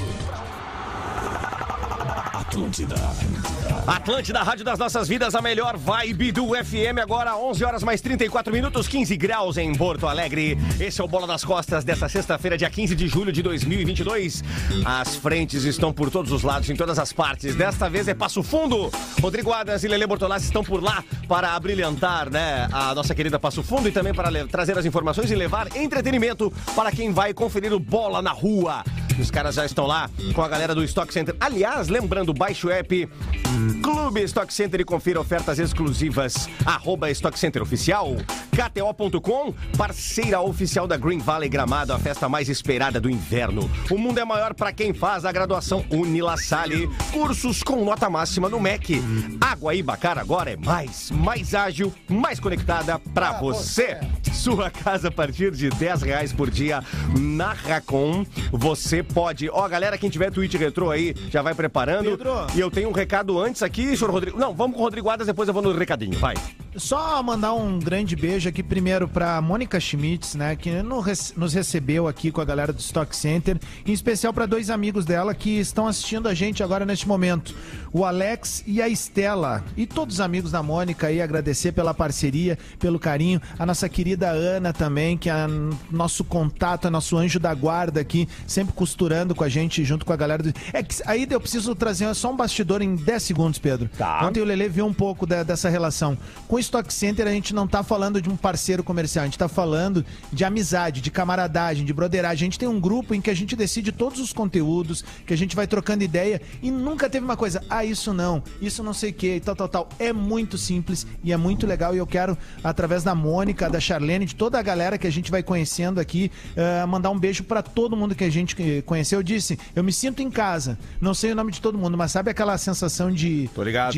Atlântida, rádio das nossas vidas, a melhor vibe do FM. Agora 11 horas mais 34 minutos, 15 graus em Porto Alegre. Esse é o Bola das Costas dessa sexta-feira, dia 15 de julho de 2022. As frentes estão por todos os lados, em todas as partes. Desta vez é Passo Fundo. Rodrigo Adams e Lelê Bortolassi estão por lá para abrilhantar, né, a nossa querida Passo Fundo e também para trazer as informações e levar entretenimento para quem vai conferir o Bola na Rua. Os caras já estão lá com a galera do Stock Center. Aliás, lembrando, baixe o app Clube Stock Center e confira ofertas exclusivas. @Stock Center Oficial. KTO.com, parceira oficial da Green Valley Gramado, a festa mais esperada do inverno. O mundo é maior para quem faz a graduação Unilassalle. Cursos com nota máxima no MEC. Água Ibacara agora é mais ágil, mais conectada para você. Sua casa a partir de R$10 por dia na Racon. Você pode... galera, quem tiver tweet retrô aí, já vai preparando. Pedro. E eu tenho um recado antes aqui, senhor Rodrigo. Não, vamos com o Rodrigo Adams, depois eu vou no recadinho, vai. Só mandar um grande beijo aqui primeiro pra Mônica Schmitz, né, que nos recebeu aqui com a galera do Stock Center, em especial para dois amigos dela que estão assistindo a gente agora neste momento, o Alex e a Estela, e todos os amigos da Mônica aí, agradecer pela parceria, pelo carinho, a nossa querida Ana também, que é nosso contato, é nosso anjo da guarda aqui, sempre costurando com a gente, junto com a galera do... aí eu preciso trazer só um bastidor em 10 segundos, Pedro. Tá. Ontem o Lelê viu um pouco dessa relação. Com o Stock Center a gente não tá falando de um parceiro comercial, a gente tá falando de amizade, de camaradagem, de broderagem. A gente tem um grupo em que a gente decide todos os conteúdos, que a gente vai trocando ideia e nunca teve uma coisa, isso não sei o que, tal. É muito simples e é muito legal e eu quero, através da Mônica, da Charlene, de toda a galera que a gente vai conhecendo aqui, mandar um beijo pra todo mundo que a gente conheceu. Eu disse, eu me sinto em casa, não sei o nome de todo mundo, mas sabe aquela sensação de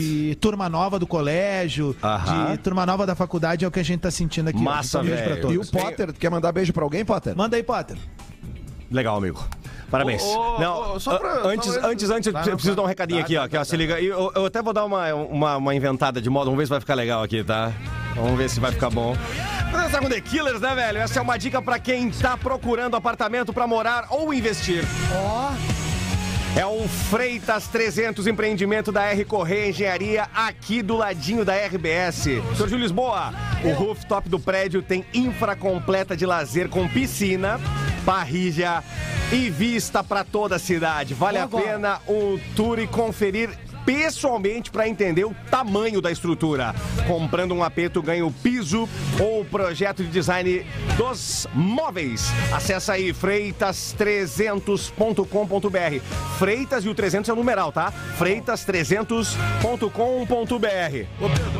turma nova do colégio, de turma nova da faculdade, é o que a gente tá sentindo aqui. Massa, velho. E o Potter, quer mandar beijo pra alguém, Potter? Manda aí, Potter. Legal, amigo. Parabéns. Antes, eu preciso dar um recadinho aqui, ó, que se liga. Eu até vou dar uma inventada de modo, vamos ver se vai ficar legal aqui, tá? Vamos ver se vai ficar bom. Começar com The Killers, né, velho? Essa é uma dica pra quem tá procurando apartamento pra morar ou investir. É o Freitas 300, empreendimento da R Correia Engenharia, aqui do ladinho da RBS. Sr. Júlio Lisboa, o rooftop do prédio tem infra completa de lazer com piscina, parrilha, e vista para toda a cidade. Vale a pena um tour e conferir pessoalmente para entender o tamanho da estrutura. Comprando um AP, tu ganha o piso ou o projeto de design dos móveis. Acesse aí freitas300.com.br. Freitas e o 300 é o numeral, tá? freitas300.com.br.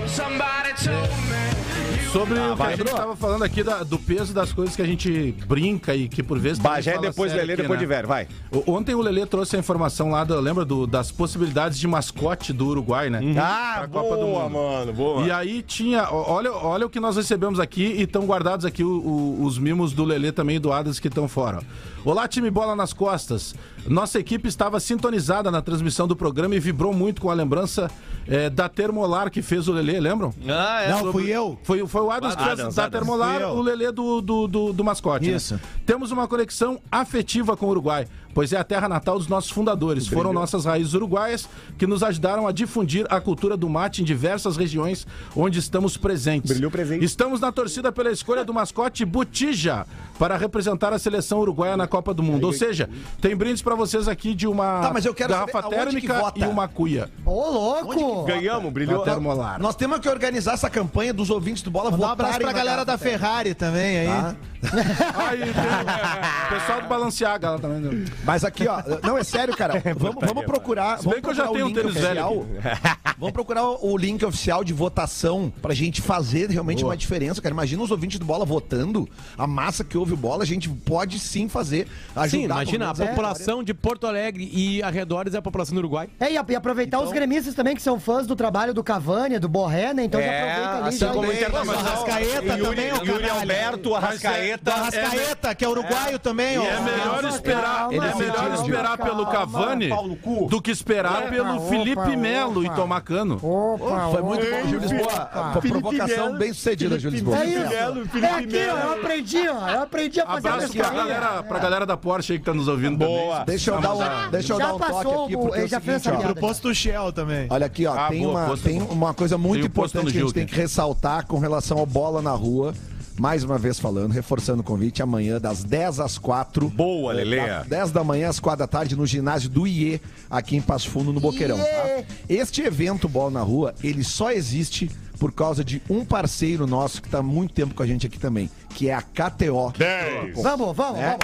Sobre o que a gente estava falando aqui do peso das coisas que a gente brinca e que por vezes... Bagé, depois Lelê, depois de Ver, vai. Ontem o Lelê trouxe a informação lá, lembra das possibilidades de mascote do Uruguai, né? Boa, mano, boa. E aí tinha, olha o que nós recebemos aqui e estão guardados aqui os mimos do Lelê também e do Adams que estão fora. Olá, time Bola nas Costas. Nossa equipe estava sintonizada na transmissão do programa e vibrou muito com a lembrança da Termolar que fez o Lelê, lembram? Não, fui eu. Foi o Adams que fez da Termolar, o Lelê do mascote. Isso. Né? Temos uma conexão afetiva com o Uruguai, pois é a terra natal dos nossos fundadores. Foram nossas raízes uruguaias que nos ajudaram a difundir a cultura do mate em diversas regiões onde estamos presentes. Brilhou presente. Estamos na torcida pela escolha do mascote Botija para representar a seleção uruguaia na Copa do Mundo. Ou seja, tem brindes pra vocês aqui de uma garrafa térmica e uma cuia. Ô, louco! Ganhamos, brilhou. Termolar. Nós temos que organizar essa campanha dos ouvintes do Bola. Mandar um abraço pra galera da Ferrari também aí. Aí tem o pessoal do Balenciaga lá também. Mas aqui, ó, não, é sério, cara. Vamos procurar. Se bem que eu já tenho um tênis velho. Vamos procurar o link oficial de votação pra gente fazer realmente uma diferença, cara. Imagina os ouvintes do Bola votando, a massa que ouve o Bola, a gente pode sim fazer. Ajudar, sim, imagina, a população de Porto Alegre e arredores é a população do Uruguai. E aproveitar os gremistas também, que são fãs do trabalho do Cavani, do Borré, né? Então já aproveita ali. Assim Já como o Internacional. Arrascaeta também, o Yuri Alberto, Arrascaeta, que é uruguaio também, ó. É melhor esperar pelo Cavani do que esperar pelo Felipe Melo e tomar cano. Foi muito bom, Júlio Lisboa. Provocação bem sucedida, Júlio Lisboa. Eu aprendi a fazer abraço pra galera da Porsche aí que tá nos ouvindo também. Deixa eu dar um toque aqui, porque já fez essa Pro posto Shell também. Olha aqui, ó, tem uma coisa muito importante que a gente tem que ressaltar com relação ao Bola na Rua. Mais uma vez falando, reforçando o convite, amanhã das 10 às 4. Boa, Lelê. 10 da manhã às 4 da tarde no ginásio do IE, aqui em Passo Fundo, no Boqueirão. Tá? Este evento Bola na Rua, ele só existe por causa de um parceiro nosso que está há muito tempo com a gente aqui também, que é a KTO. Vamos.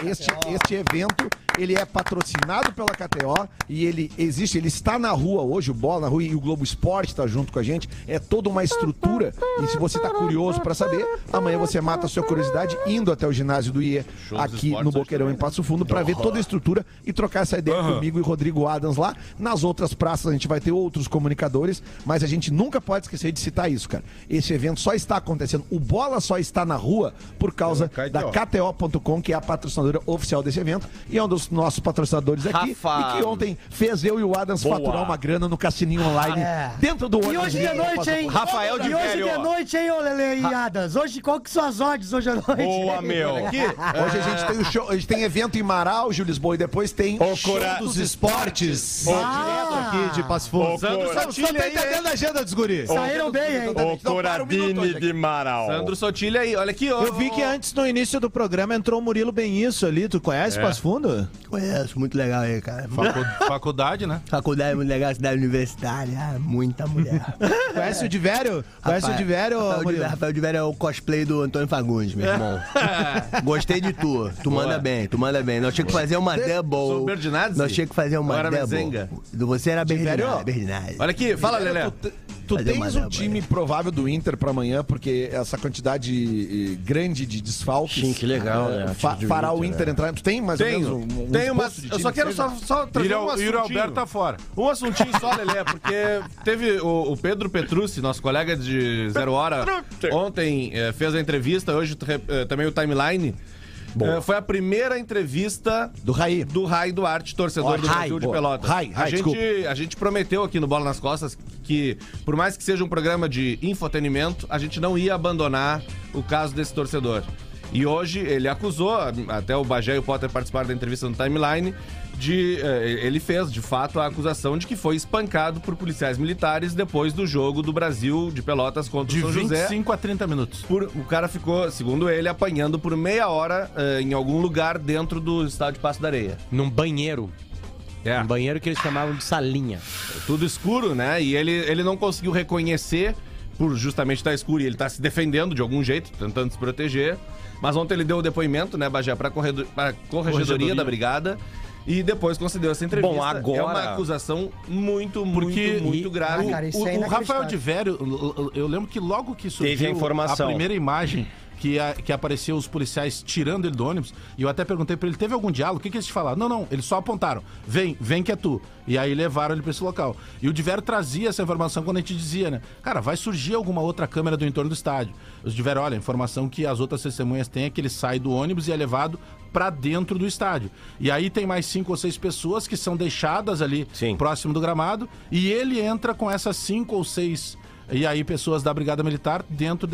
Este evento, ele é patrocinado pela KTO e ele está na rua hoje, o Bola na Rua e o Globo Esporte está junto com a gente. É toda uma estrutura e se você está curioso para saber, amanhã você mata a sua curiosidade indo até o ginásio do IE, aqui no Boqueirão, em Passo Fundo, para ver toda a estrutura e trocar essa ideia comigo e Rodrigo Adams lá. Nas outras praças a gente vai ter outros comunicadores, mas a gente nunca pode esquecer de citar isso, cara. Esse evento só está acontecendo, o Bola só está na rua por causa da KTO.com, que é a patrocinadora oficial desse evento e é um dos nossos patrocinadores aqui, e que ontem fez eu e o Adams faturar uma grana no cassininho online dentro do ônibus. E hoje de noite, hein? Rafael de Velho. E hoje de noite, hein, ô Lelê e Adams? Hoje, qual que são as odds hoje à noite? Boa, meu. Hoje a gente tem o show, a gente tem evento em Marau, Júlio Lisboa, e depois tem o show dos esportes. Direto aqui de Passo Fundo. Só tá entendendo a agenda dos guris. Saíram bem, hein? O Coradini de Marau. Sandro Sotilha aí, olha aqui, ó. Eu vi que antes, no início do programa, entrou o Murilo Benisso ali. Tu conhece Passo Fundo? Conheço, muito legal aí, cara. Faculdade, né? Faculdade muito legal, cidade universitária, muita mulher. Conhece o Divério? Conhece o Divério, Murilo? Rafael Divério é o cosplay do Antônio Fagundes, meu irmão. Gostei de tu. Tu manda bem. Nós tínhamos que fazer uma double. Nós tínhamos que fazer uma double. Você era Berdinazzi. Olha aqui, fala, Lelé. Tu tens um time provável do Inter pra amanhã, porque essa quantidade grande de desfalques. Sim, que legal, né? Fará o Inter entrar. Tu tem mais ou menos Tenho, mas eu só quero só trazer um assuntinho. E o Alberto tá fora. Um assuntinho só, Lelé, porque teve o Pedro Petrucci, nosso colega de Zero Hora, ontem fez a entrevista, hoje também o Timeline. Foi a primeira entrevista do Raí Duarte, torcedor do Brasil de Pelotas. A gente prometeu aqui no Bola nas Costas que, por mais que seja um programa de infotenimento, a gente não ia abandonar o caso desse torcedor. E hoje ele acusou, até o Bagé e o Potter participaram da entrevista no Timeline, Ele fez, de fato, a acusação de que foi espancado por policiais militares depois do jogo do Brasil de Pelotas contra o São José. De 25 a 30 minutos. O cara ficou, segundo ele, apanhando por meia hora em algum lugar dentro do estádio Passo da Areia. Num banheiro. Um banheiro que eles chamavam de salinha. Tudo escuro, né? E ele não conseguiu reconhecer, por justamente estar escuro, e ele tá se defendendo de algum jeito, tentando se proteger. Mas ontem ele deu o depoimento, né, Bagé, pra corregedoria da Brigada. E depois concedeu essa entrevista. Bom, agora... É uma acusação muito grave. Cara, o Rafael de Vério, eu lembro que logo que surgiu teve a informação. A primeira imagem que apareceu os policiais tirando ele do ônibus, e eu até perguntei pra ele, teve algum diálogo? O que eles te falaram? Não, eles só apontaram. Vem que é tu. E aí levaram ele pra esse local. E o de Vério trazia essa informação quando a gente dizia, né? Cara, vai surgir alguma outra câmera do entorno do estádio. Os de Vério, olha, a informação que as outras testemunhas têm é que ele sai do ônibus e é levado pra dentro do estádio. E aí tem mais 5 ou 6 pessoas que são deixadas ali próximo do gramado, e ele entra com essas 5 ou 6 e aí pessoas da Brigada Militar dentro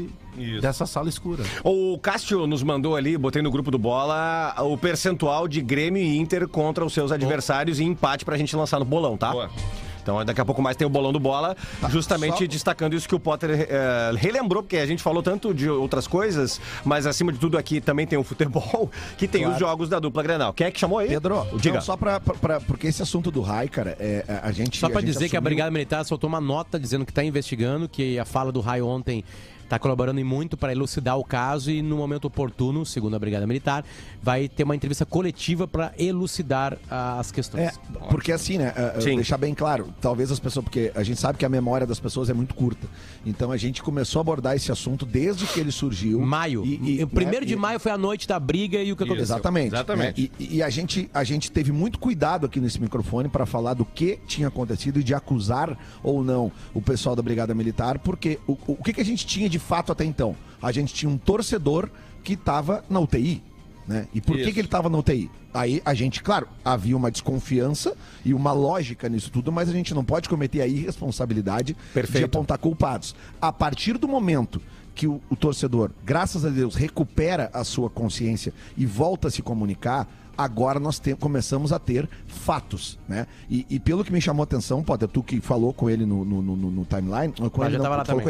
dessa sala escura. O Cássio nos mandou ali, botei no grupo do Bola, o percentual de Grêmio e Inter contra os seus adversários e empate pra gente lançar no bolão, tá? Boa. Então, daqui a pouco mais tem o bolão do Bola, justamente destacando isso que o Potter relembrou, porque a gente falou tanto de outras coisas, mas acima de tudo aqui também tem o futebol, que tem os jogos da dupla Grenal. Quem é que chamou aí? Pedro, diga. Não, só porque esse assunto do Rai, cara, a gente... Só pra dizer assumiu... que a Brigada Militar soltou uma nota dizendo que tá investigando, que a fala do Rai ontem está colaborando em muito para elucidar o caso e no momento oportuno, segundo a Brigada Militar, vai ter uma entrevista coletiva para elucidar as questões. Porque assim, né, deixar bem claro, talvez as pessoas, porque a gente sabe que a memória das pessoas é muito curta, então a gente começou a abordar esse assunto desde que ele surgiu. Maio. O 1º de maio foi a noite da briga e o que aconteceu. Exatamente. Né? E a gente teve muito cuidado aqui nesse microfone para falar do que tinha acontecido e de acusar ou não o pessoal da Brigada Militar, porque o que a gente tinha de fato até então? A gente tinha um torcedor que estava na UTI, né? E por que ele estava na UTI? Aí a gente, claro, havia uma desconfiança e uma lógica nisso tudo, mas a gente não pode cometer a irresponsabilidade de apontar culpados. A partir do momento que o torcedor, graças a Deus, recupera a sua consciência e volta a se comunicar, agora nós começamos a ter fatos, né? E pelo que me chamou a atenção, Potter, tu que falou com ele no timeline, com ele, já tava lá também.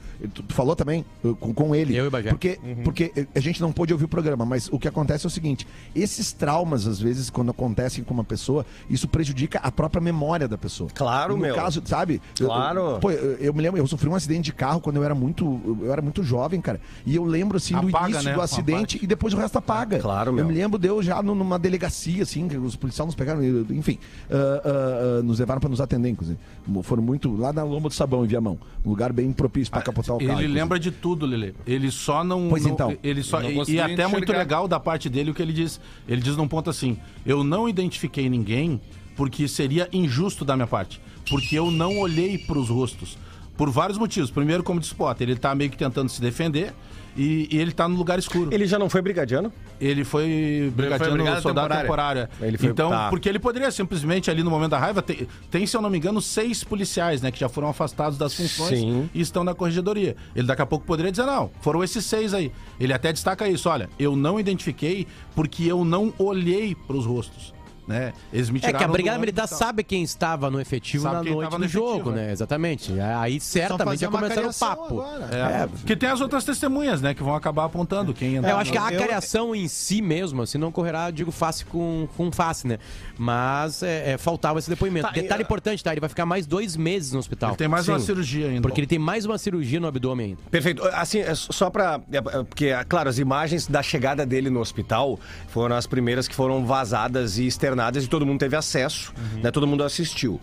Tu falou também com ele. Eu e Bagé. Porque a gente não pôde ouvir o programa, mas o que acontece é o seguinte: esses traumas, às vezes, quando acontecem com uma pessoa, isso prejudica a própria memória da pessoa. Claro, no caso, sabe? Claro. Eu me lembro, eu sofri um acidente de carro quando eu era muito jovem, cara. E eu lembro, assim, do início do acidente e depois o resto apaga. Claro, meu. Eu me lembro de eu já numa delegacia, assim, que os policiais nos pegaram, enfim, nos levaram pra nos atender, inclusive. Foram muito lá na Lomba do Sabão, em Viamão. Um lugar bem propício pra capotar o carro. Ele lembra de tudo, Lelê. Ele só não... Pois então. Ele só, e até muito legal da parte dele o que ele diz. Ele diz num ponto assim: eu não identifiquei ninguém porque seria injusto da minha parte. Porque eu não olhei pros rostos. Por vários motivos. Primeiro, como disse o Potter, ele tá meio que tentando se defender e ele tá no lugar escuro. Ele já não foi brigadiano? Ele foi brigadiano, soldado temporário. Então, porque ele poderia simplesmente ali no momento da raiva, tem, se eu não me engano, 6 policiais, né, que já foram afastados das funções e estão na corregedoria. Ele daqui a pouco poderia dizer, não, foram esses 6 aí. Ele até destaca isso, olha, eu não identifiquei porque eu não olhei pros rostos. Né? Eles me tiraram que a Brigada Militar sabe quem estava no efetivo na noite do jogo, né? Exatamente. Aí certamente já começaram o papo. Que tem as outras testemunhas, né? Que vão acabar apontando quem entrou. Eu acho que a acariação em si mesmo, assim, não correrá, digo, face com face, né? Mas faltava esse depoimento. Detalhe importante, tá? Ele vai ficar mais 2 meses no hospital. Ele tem mais uma cirurgia ainda. Porque ele tem mais uma cirurgia no abdômen ainda. Perfeito. Assim, só pra... Porque, claro, as imagens da chegada dele no hospital foram as primeiras que foram vazadas e externadas e todo mundo teve acesso, né? Todo mundo assistiu.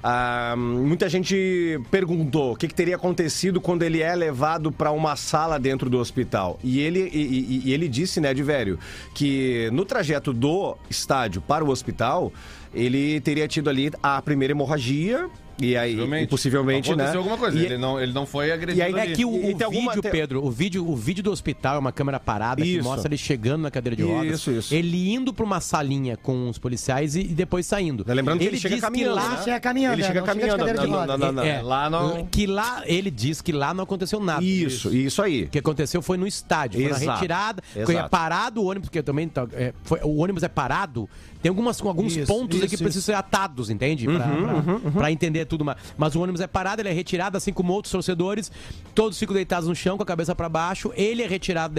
Muita gente perguntou o que teria acontecido quando ele é levado para uma sala dentro do hospital. E ele disse, né, de Vério, que no trajeto do estádio para o hospital, ele teria tido ali a primeira hemorragia. E aí, possivelmente, né? Aconteceu alguma coisa. Ele não foi agredido. E aí, é que o vídeo, Pedro, o vídeo do hospital é uma câmera parada que mostra ele chegando na cadeira de rodas. Ele indo pra uma salinha com os policiais e depois saindo. Lembrando que ele chega diz caminhando, que lá, chega caminhando. Ele chega caminhando. Lá não... Que lá, ele diz que lá não aconteceu nada. Isso aí. O que aconteceu foi no estádio. Foi na retirada. Foi parado o ônibus, porque também o ônibus é parado. Tem alguns pontos que precisam ser atados, entende? Pra entender tudo mais. Mas o ônibus é parado, ele é retirado, assim como outros torcedores. Todos ficam deitados no chão, com a cabeça pra baixo. Ele é retirado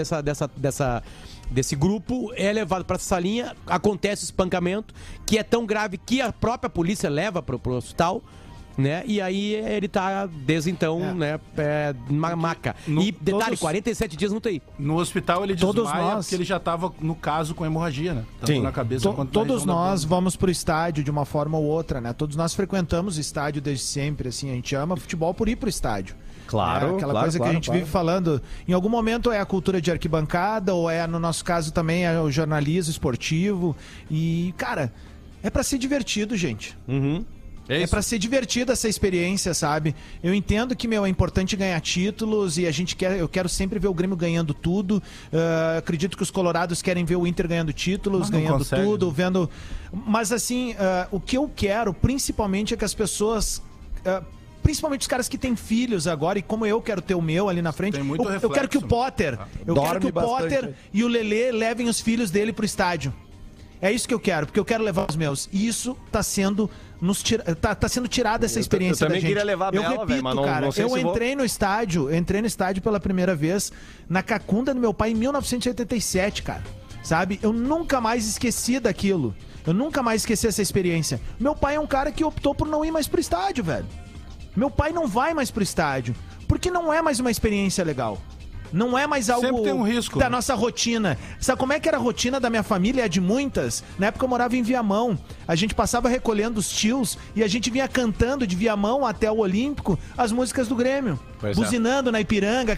desse grupo, é levado pra salinha. Acontece o espancamento, que é tão grave que a própria polícia leva pro hospital. Né? E aí ele tá desde então, né, numa maca. E detalhe, 47 dias no TI. No hospital ele desmaia porque ele já tava no caso com hemorragia, né? Tanto na cabeça quanto todos nós vamos pro estádio de uma forma ou outra, né? Todos nós frequentamos o estádio desde sempre, assim, a gente ama futebol por ir pro estádio. Claro, aquela coisa que a gente vive falando, em algum momento é a cultura de arquibancada ou no nosso caso também é o jornalismo esportivo e, cara, é pra ser divertido, gente. É pra ser divertida essa experiência, sabe? Eu entendo que, é importante ganhar títulos e eu quero sempre ver o Grêmio ganhando tudo. Acredito que os colorados querem ver o Inter ganhando títulos, ganhando tudo, vendo... Mas, assim, o que eu quero, principalmente, é que as pessoas... principalmente os caras que têm filhos agora, e como eu quero ter o meu ali na frente, eu quero que o Potter, e o Lelê levem os filhos dele pro estádio. É isso que eu quero, porque eu quero levar os meus. E isso tá sendo tá sendo tirada essa experiência da gente. Eu também queria levar a Bela, véio, mas não sei se entrei no estádio pela primeira vez na cacunda do meu pai em 1987, cara. Sabe? Eu nunca mais esqueci daquilo. Eu nunca mais esqueci essa experiência. Meu pai é um cara que optou por não ir mais pro estádio, velho. Meu pai não vai mais pro estádio, porque não é mais uma experiência legal. Não é mais algo sempre tem um risco, da nossa rotina. Sabe como é que era a rotina da minha família e a de muitas? Na época eu morava em Viamão. A gente passava recolhendo os tios e a gente vinha cantando de Viamão até o Olímpico as músicas do Grêmio. Buzinando na Ipiranga.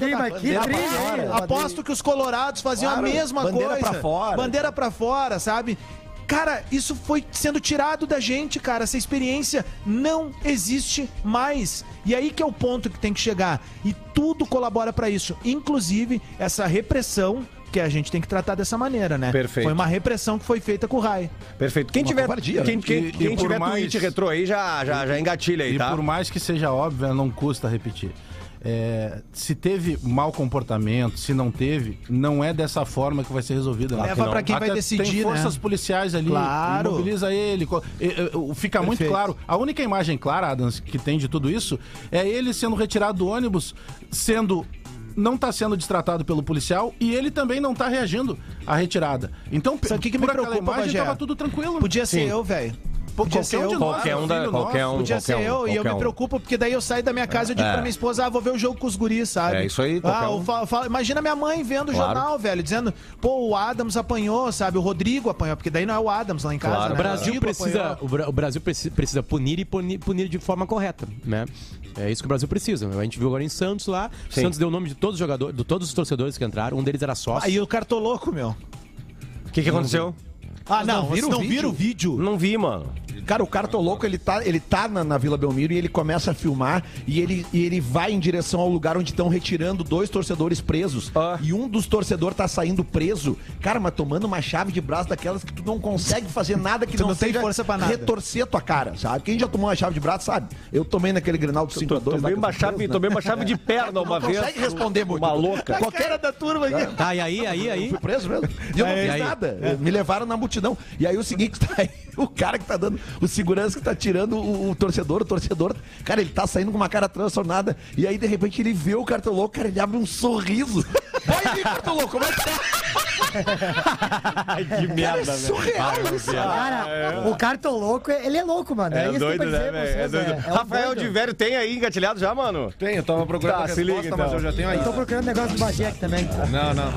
Aposto que os colorados faziam a mesma bandeira coisa. Pra fora. Bandeira pra fora, sabe? Cara, isso foi sendo tirado da gente, cara. Essa experiência não existe mais. E aí que é o ponto que tem que chegar. E tudo colabora pra isso. Inclusive, essa repressão que a gente tem que tratar dessa maneira, né? Perfeito. Foi uma repressão que foi feita com o Rai. Perfeito. Quem tiver tweet retrô aí, já engatilha aí, tá? E por mais que seja óbvio, não custa repetir. Se teve mau comportamento, se não teve, não é dessa forma que vai ser resolvido. Leva pra quem vai decidir, tem forças policiais ali, mobiliza ele. Fica muito claro. A única imagem clara, Adams, que tem de tudo isso é ele sendo retirado do ônibus, não está sendo destratado pelo policial e ele também não está reagindo à retirada. Então, por aquela imagem, estava tudo tranquilo. Podia ser eu, velho. Podia ser eu, podia ser eu, e eu me preocupo porque daí eu saio da minha casa e eu digo pra minha esposa, vou ver o jogo com os guris, sabe? É isso aí, imagina minha mãe vendo o jornal, velho, dizendo, o Adams apanhou, sabe? O Rodrigo apanhou, porque daí não é o Adams lá em casa. Claro. Né? O Brasil precisa punir e punir de forma correta, né? É isso que o Brasil precisa. A gente viu agora em Santos lá, Santos deu o nome de todos os jogadores, de todos os torcedores que entraram, um deles era sócio. Aí o Cartoloco, meu. O que aconteceu? Não viram o vídeo? Não vi, mano. Cara, o Cartoloco, ele tá na Vila Belmiro e ele começa a filmar e ele vai em direção ao lugar onde estão retirando 2 torcedores presos. E um dos torcedores tá saindo preso, cara, mas tomando uma chave de braço daquelas que tu não consegue fazer nada que não seja força pra nada. Retorcer tua cara, sabe? Quem já tomou uma chave de braço, sabe? Eu tomei naquele Grenal do 5-2. Tomei uma chave de perna uma vez. Não consegue responder muito. Uma louca. Qualquer da turma aqui. Tá, e aí? Eu fui preso mesmo. E eu não fiz nada. Me levaram na multidão. E aí o seguinte, tá aí o cara que tá dando, o segurança que tá tirando o torcedor, cara, ele tá saindo com uma cara transtornada, e aí de repente ele vê o Cartoloco, cara, ele abre um sorriso. Olha aí, Cartoloco, como é que tá? Que merda, velho. É surreal isso. Cara, o Cartoloco, ele é louco, mano. É doido, né, velho? É doido. Rafael de Vério tem aí engatilhado já, mano? Tem, eu tava procurando a resposta, mas eu já tenho aí. Eu tô procurando negócio do Bagé aqui também. Não.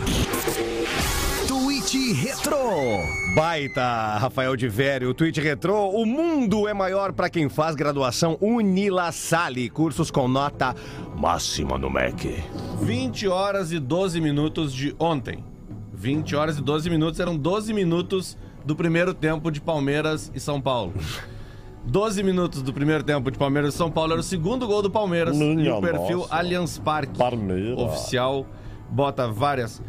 Tweet Retrô. Baita, Rafael de Vério. O Tweet Retrô. O mundo é maior para quem faz graduação Unilassalle. Cursos com nota máxima no MEC. 20 horas e 12 minutos de ontem. 20 horas e 12 minutos. Eram 12 minutos do primeiro tempo de Palmeiras e São Paulo. 12 minutos do primeiro tempo de Palmeiras e São Paulo. Era o segundo gol do Palmeiras. E o perfil Allianz Parque oficial bota várias.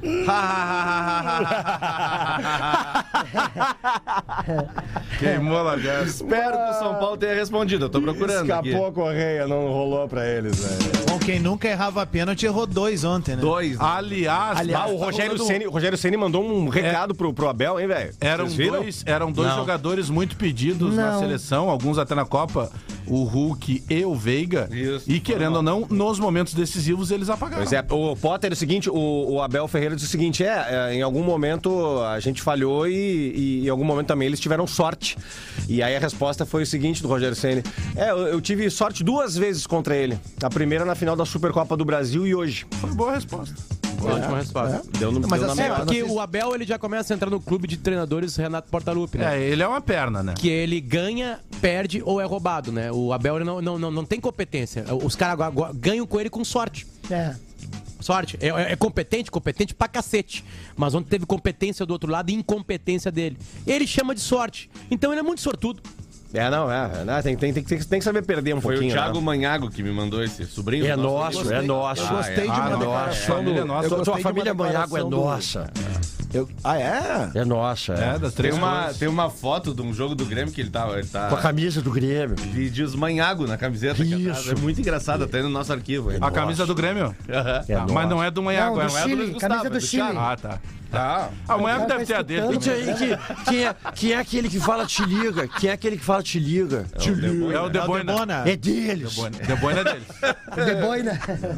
Queimou a lagarta. Espero que o São Paulo tenha respondido. Eu tô procurando. Escapou a correia, não rolou pra eles, velho. Bom, quem nunca errava pênalti errou 2 ontem, né? 2. Aliás, o Rogério Ceni mandou um recado pro Abel, hein, velho? Eram dois jogadores muito pedidos na seleção, alguns até na Copa, o Hulk e o Veiga. Isso, e querendo ou não, nos momentos decisivos eles apagaram. Pois é, o Potter é o seguinte, o Abel Ferreira disse o seguinte, em algum momento a gente falhou e em algum momento também eles tiveram sorte. E aí a resposta foi o seguinte do Rogério Ceni: eu tive sorte 2 vezes contra ele. A primeira na final da Supercopa do Brasil e hoje. Foi boa resposta. Ótima resposta. Mas assim, porque o Abel ele já começa a entrar no clube de treinadores Renato Portaluppi, né? Ele é uma perna, né? Que ele ganha, perde ou é roubado, né? O Abel ele não tem competência. Os caras ganham com ele com sorte. Sorte. É competente pra cacete. Mas ontem teve competência do outro lado e incompetência dele. Ele chama de sorte. Então ele é muito sortudo. Tem que saber perder um pouquinho. Foi o Thiago Manhago que me mandou esse sobrinho. É nosso. Eu gostei de uma declaração. Tua família Manhago é nossa. É nossa. Tem uma foto de um jogo do Grêmio que ele tá com a camisa do Grêmio. E diz Manhago na camiseta. Isso. É muito engraçado, até no nosso arquivo. A camisa do Grêmio? Mas não é do Manhago, não é do Chile. Camisa do Chile. Tá. O Manhago deve ter a dele. Quem é aquele que fala te liga? Quem é aquele que fala te liga? É o De Boina. É deles. De Boina é deles. De Boina.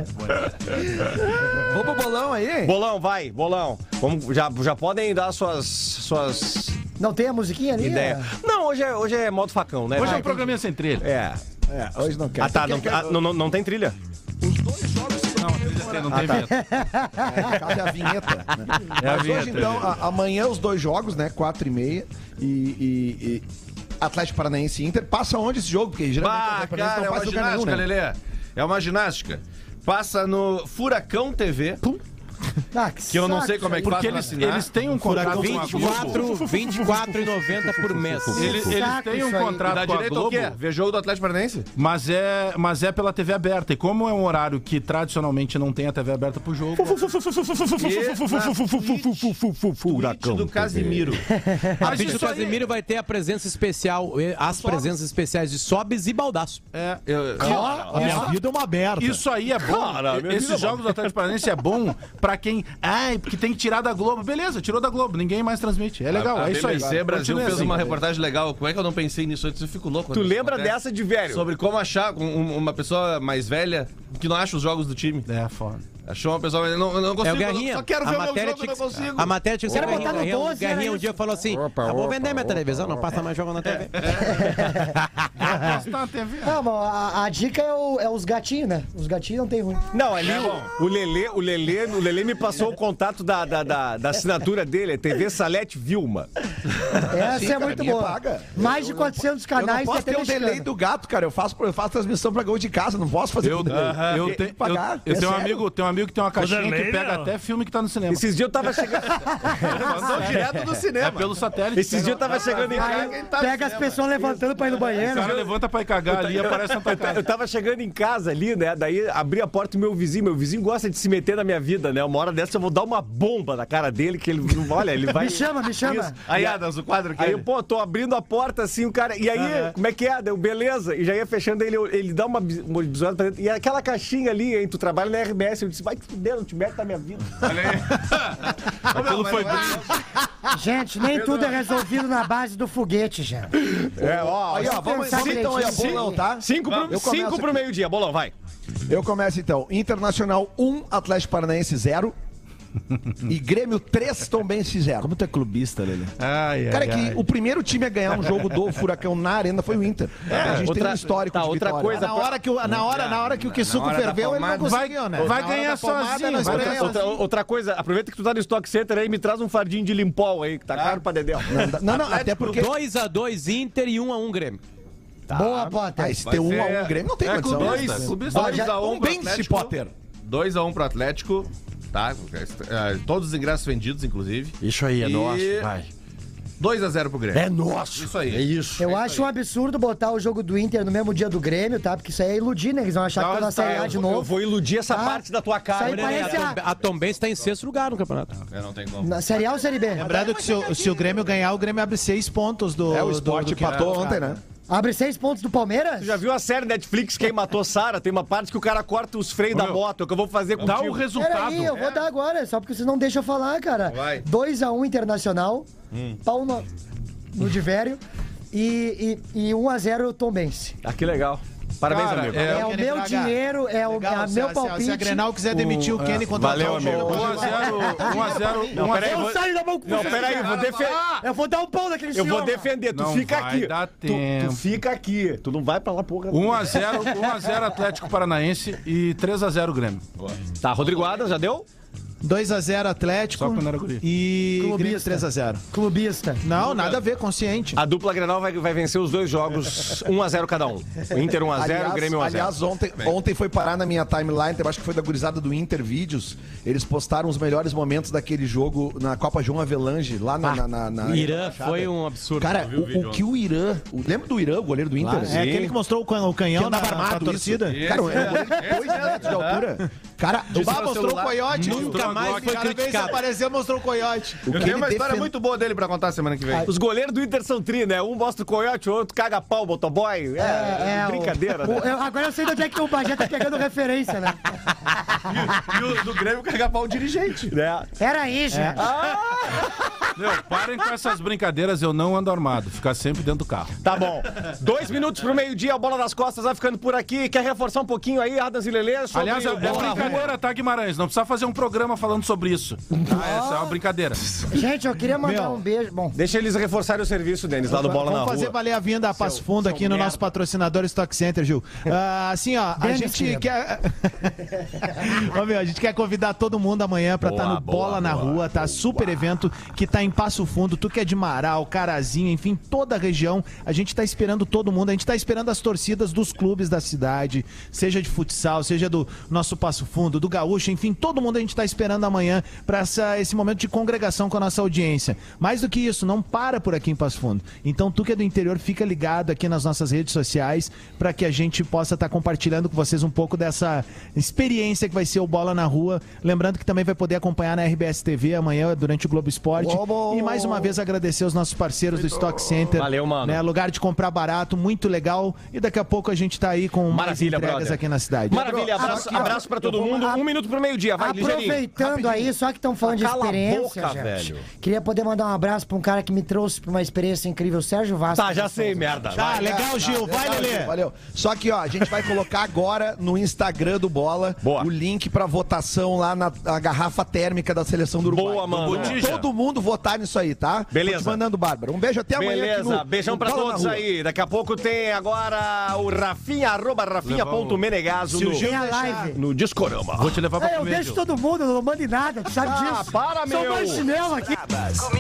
Vamos pro bolão aí? Bolão, vai, bolão. Já podem dar suas Não tem a musiquinha ali? ideia. Não, hoje é modo facão, né? Hoje é um programinha sem trilha. Hoje não quero. Não tem trilha? Os 2 jogos não tem vinheta. Cabe a vinheta. Né? Mas hoje, então, amanhã os 2 jogos, né? 4h30 e Atlético Paranaense e Inter. Passa onde esse jogo? Porque geralmente o cara, não faz lugar nenhum, né? Lelê. É uma ginástica. Passa no Furacão TV. Que eu não sei como é que porque eles têm um contrato com a Globo. R$24,90 por mês. Eles têm um contrato com a Globo. Ver jogo do Atlético Paranaense? Mas é pela TV aberta. E como é um horário que tradicionalmente não tem a TV aberta pro jogo... Furacão do Casimiro. A Twitch do Casimiro vai ter a presença especial, as presenças especiais de Sobes e Baldaço. A minha vida é uma merda. Isso aí é bom. Esses jogos do Atlético Paranaense é bom pra quem... porque tem que tirar da Globo. Beleza, tirou da Globo. Ninguém mais transmite. É legal, é isso aí. A Brasil fez uma reportagem legal. Como é que eu não pensei nisso antes? Eu fico louco. Tu lembra dessa de velho? Sobre como achar uma pessoa mais velha que não acha os jogos do time. Foda. Achou uma pessoa, eu não consigo, Garrinha, só quero ver o meu jogo, não consigo. A matéria tinha que ser o Garrinha um dia falou assim, vou vender minha televisão, não passa mais jogo na TV. Não, a dica é os gatinhos, né? Os gatinhos não tem ruim. Não, ali o Lelê me passou o contato da assinatura dele, é TV Salete Vilma. Essa é muito boa. Paga. Mais de 400 canais. Eu não posso ter o delay do gato, cara. Eu faço transmissão pra gol de casa, não posso fazer eu tenho um amigo que tem uma caixinha que pega até filme que tá no cinema. Esses dias eu tava chegando... direto do cinema. É pelo satélite. Esses dias eu tava chegando em casa... Pega as pessoas levantando pra ir no banheiro. O cara levanta pra ir cagar ali e aparece na tua casa. Eu tava chegando em casa ali, né? Daí abri a porta e meu vizinho gosta de se meter na minha vida, né? Uma hora dessa eu vou dar uma bomba na cara dele, que ele... Olha, ele vai... Me chama. Isso. Aí, Adams, o quadro que aí, tô abrindo a porta assim, o cara... E aí, como é que é? Deu beleza. E já ia fechando, ele dá uma bisoada pra dentro. E aquela caixinha ali, hein? Tu trabalha na RBS, eu disse, vai te fuder, não te mete na minha vida. Olha aí. Aquilo foi Gente, nem tudo é resolvido na base do foguete, gente. Vamos então aí a bolão, tá? 5 pro meio-dia, bolão, vai. Eu começo então. Internacional 1, Atlético Paranaense 0. E Grêmio 3, Tombense 0. Como tu é clubista, Lelê? Cara, que o primeiro time a ganhar um jogo do Furacão na Arena foi o Inter. A gente tem um histórico de outra vitória. coisa. Na hora que o Kisuko ferveu, ele não conseguiu, né? Vai ganhar sozinho. Outra coisa, aproveita que tu tá no Stock Center aí, me traz um fardinho de Limpol aí, que tá caro pra dedéu. Não, até porque... 2x2 Inter e 1x1 Grêmio. Boa, Potter. Se ter 1x1 Grêmio, não tem condição. 2x1 pro Atlético. Potter. 2x1 pro Atlético. Tá? Todos os ingressos vendidos, inclusive. Isso aí, é nosso. Vai. 2x0 pro Grêmio. É nosso. Isso aí. É isso. Eu acho um absurdo botar o jogo do Inter no mesmo dia do Grêmio, tá? Porque isso aí é iludir, né? Eles vão achar que tá na Série A de novo. Eu vou iludir essa parte da tua cara. Isso aí parece A Tombense tá em 6º lugar no campeonato. Não tem como. Na Série A ou Série B? Lembrando que se o Grêmio ganhar, o Grêmio abre 6 pontos do... O Sport empatou ontem, né? Abre 6 pontos do Palmeiras? Tu já viu a série Netflix Quem Matou Sarah? Tem uma parte que o cara corta os freios da moto. É o que eu vou fazer contigo. Dá o resultado. Peraí, eu vou dar agora, só porque vocês não deixam eu falar, cara. Vai. 2x1 Internacional, pau no Divério e 1x0 Tombense. Ah, que legal. Parabéns, Cara, amigo. É o meu dinheiro, é o meu palpite. Se a Grenal quiser demitir o Kenny contra Valeu, amigo. 1x0. Não, peraí, Eu saio da mão com Não, peraí, eu vou defender. Eu vou dar um pau naquele Eu vou senhor. defender. Tu Não fica vai aqui. dar Tu tempo. fica aqui. Tu não vai pra lá, porra. 1x0 Atlético Paranaense e 3x0 Grêmio. Tá, Rodrigo Adams, já deu? 2x0 Atlético Só quando era guri. e Grêmio Clubista. 3x0. Clubista. Não, nada a ver, consciente. A dupla Grenal vai vencer os dois jogos 1x0 cada um. O Inter 1x0, o Grêmio 1x0. Aliás, ontem foi parar na minha timeline, eu acho que foi da gurizada do Inter Vídeos. Eles postaram os melhores momentos daquele jogo na Copa João Avelange, lá na Irã foi um absurdo. Cara, o que o Irã... Lembra do Irã, o goleiro do Inter? É aquele que mostrou o canhão na torcida. Cara, é um goleiro de 2 metros de altura. Cara, O Bar mostrou o coiote. Nunca mais foi Cada vez que criticado. apareceu, mostrou o coiote. Eu tenho uma história muito boa dele pra contar semana que vem. Os goleiros do Inter são tri, né? Um mostra o coiote, o outro caga pau, motoboy. Brincadeira, né? Agora eu sei de onde é que o Bagé tá pegando referência, né? E o do Grêmio carregar pau o dirigente. Era aí, gente. Meu, parem com essas brincadeiras, eu não ando armado. Ficar sempre dentro do carro. Tá bom. 2 minutos pro meio-dia, a Bola das Costas vai ficando por aqui. Quer reforçar um pouquinho aí, Adams e Lelê? sobre Aliás, é o Bola na Rua? brincadeira, tá, Guimarães? Não precisa fazer um programa falando sobre isso. Tá? Essa é uma brincadeira. Gente, eu queria mandar um beijo. Bom, Deixa eles reforçarem o serviço deles lá do Bola na Vamos fazer Rua. valer a vinda a Passo Fundo aqui no nosso patrocinador Stock Center, Gil. Assim, ó, a Denis, gente querido. quer... Ô, meu, a gente quer convidar todo mundo amanhã pra estar no Bola na Rua, tá? Super evento que tá em Passo Fundo. Tu que é de Marau, Carazinho, enfim, toda a região. A gente tá esperando todo mundo. A gente tá esperando as torcidas dos clubes da cidade, seja de futsal, seja do nosso Passo Fundo, do Gaúcho, enfim, todo mundo a gente tá esperando amanhã pra esse momento de congregação com a nossa audiência. Mais do que isso, não para por aqui em Passo Fundo. Então, tu que é do interior, fica ligado aqui nas nossas redes sociais pra que a gente possa estar compartilhando com vocês um pouco dessa experiência que vai ser o Bola na Rua. Lembrando que também vai poder acompanhar na RBS TV amanhã durante o Globo Esporte. E mais uma vez agradecer aos nossos parceiros do Stock Center. Valeu, mano. Né, lugar de comprar barato, muito legal. E daqui a pouco a gente tá aí com mais entregas brother. aqui na cidade. Maravilha, abraço pra todo mundo. 1 minuto pro meio-dia, vai, ligeirinho. aproveitando aí, só que estão falando de Cala a experiência, boca, gente. velho. Queria poder mandar um abraço pra um cara que me trouxe pra uma experiência incrível, Sérgio Vasco. Tá, já sei, merda. Tá, legal, Gil. Vai, Lelê. Valeu. Só que, ó, a gente vai colocar agora no Instagram do Bola o link pra votação lá na garrafa térmica da seleção do Uruguai. Boa, mano. Todo mundo votar nisso aí, tá? Beleza. Tô te mandando, Bárbara. Um beijo até amanhã aqui Beleza, no, beijão no pra Bola na todos Rua. aí. Daqui a pouco tem agora o Rafinha, @Rafinha.menegaso Tem a live. no Discorama. Vou te levar pra Eu comer, deixo Gil. todo mundo, não mande nada, tu sabe disso. para, Sou meu. mais chinelo aqui.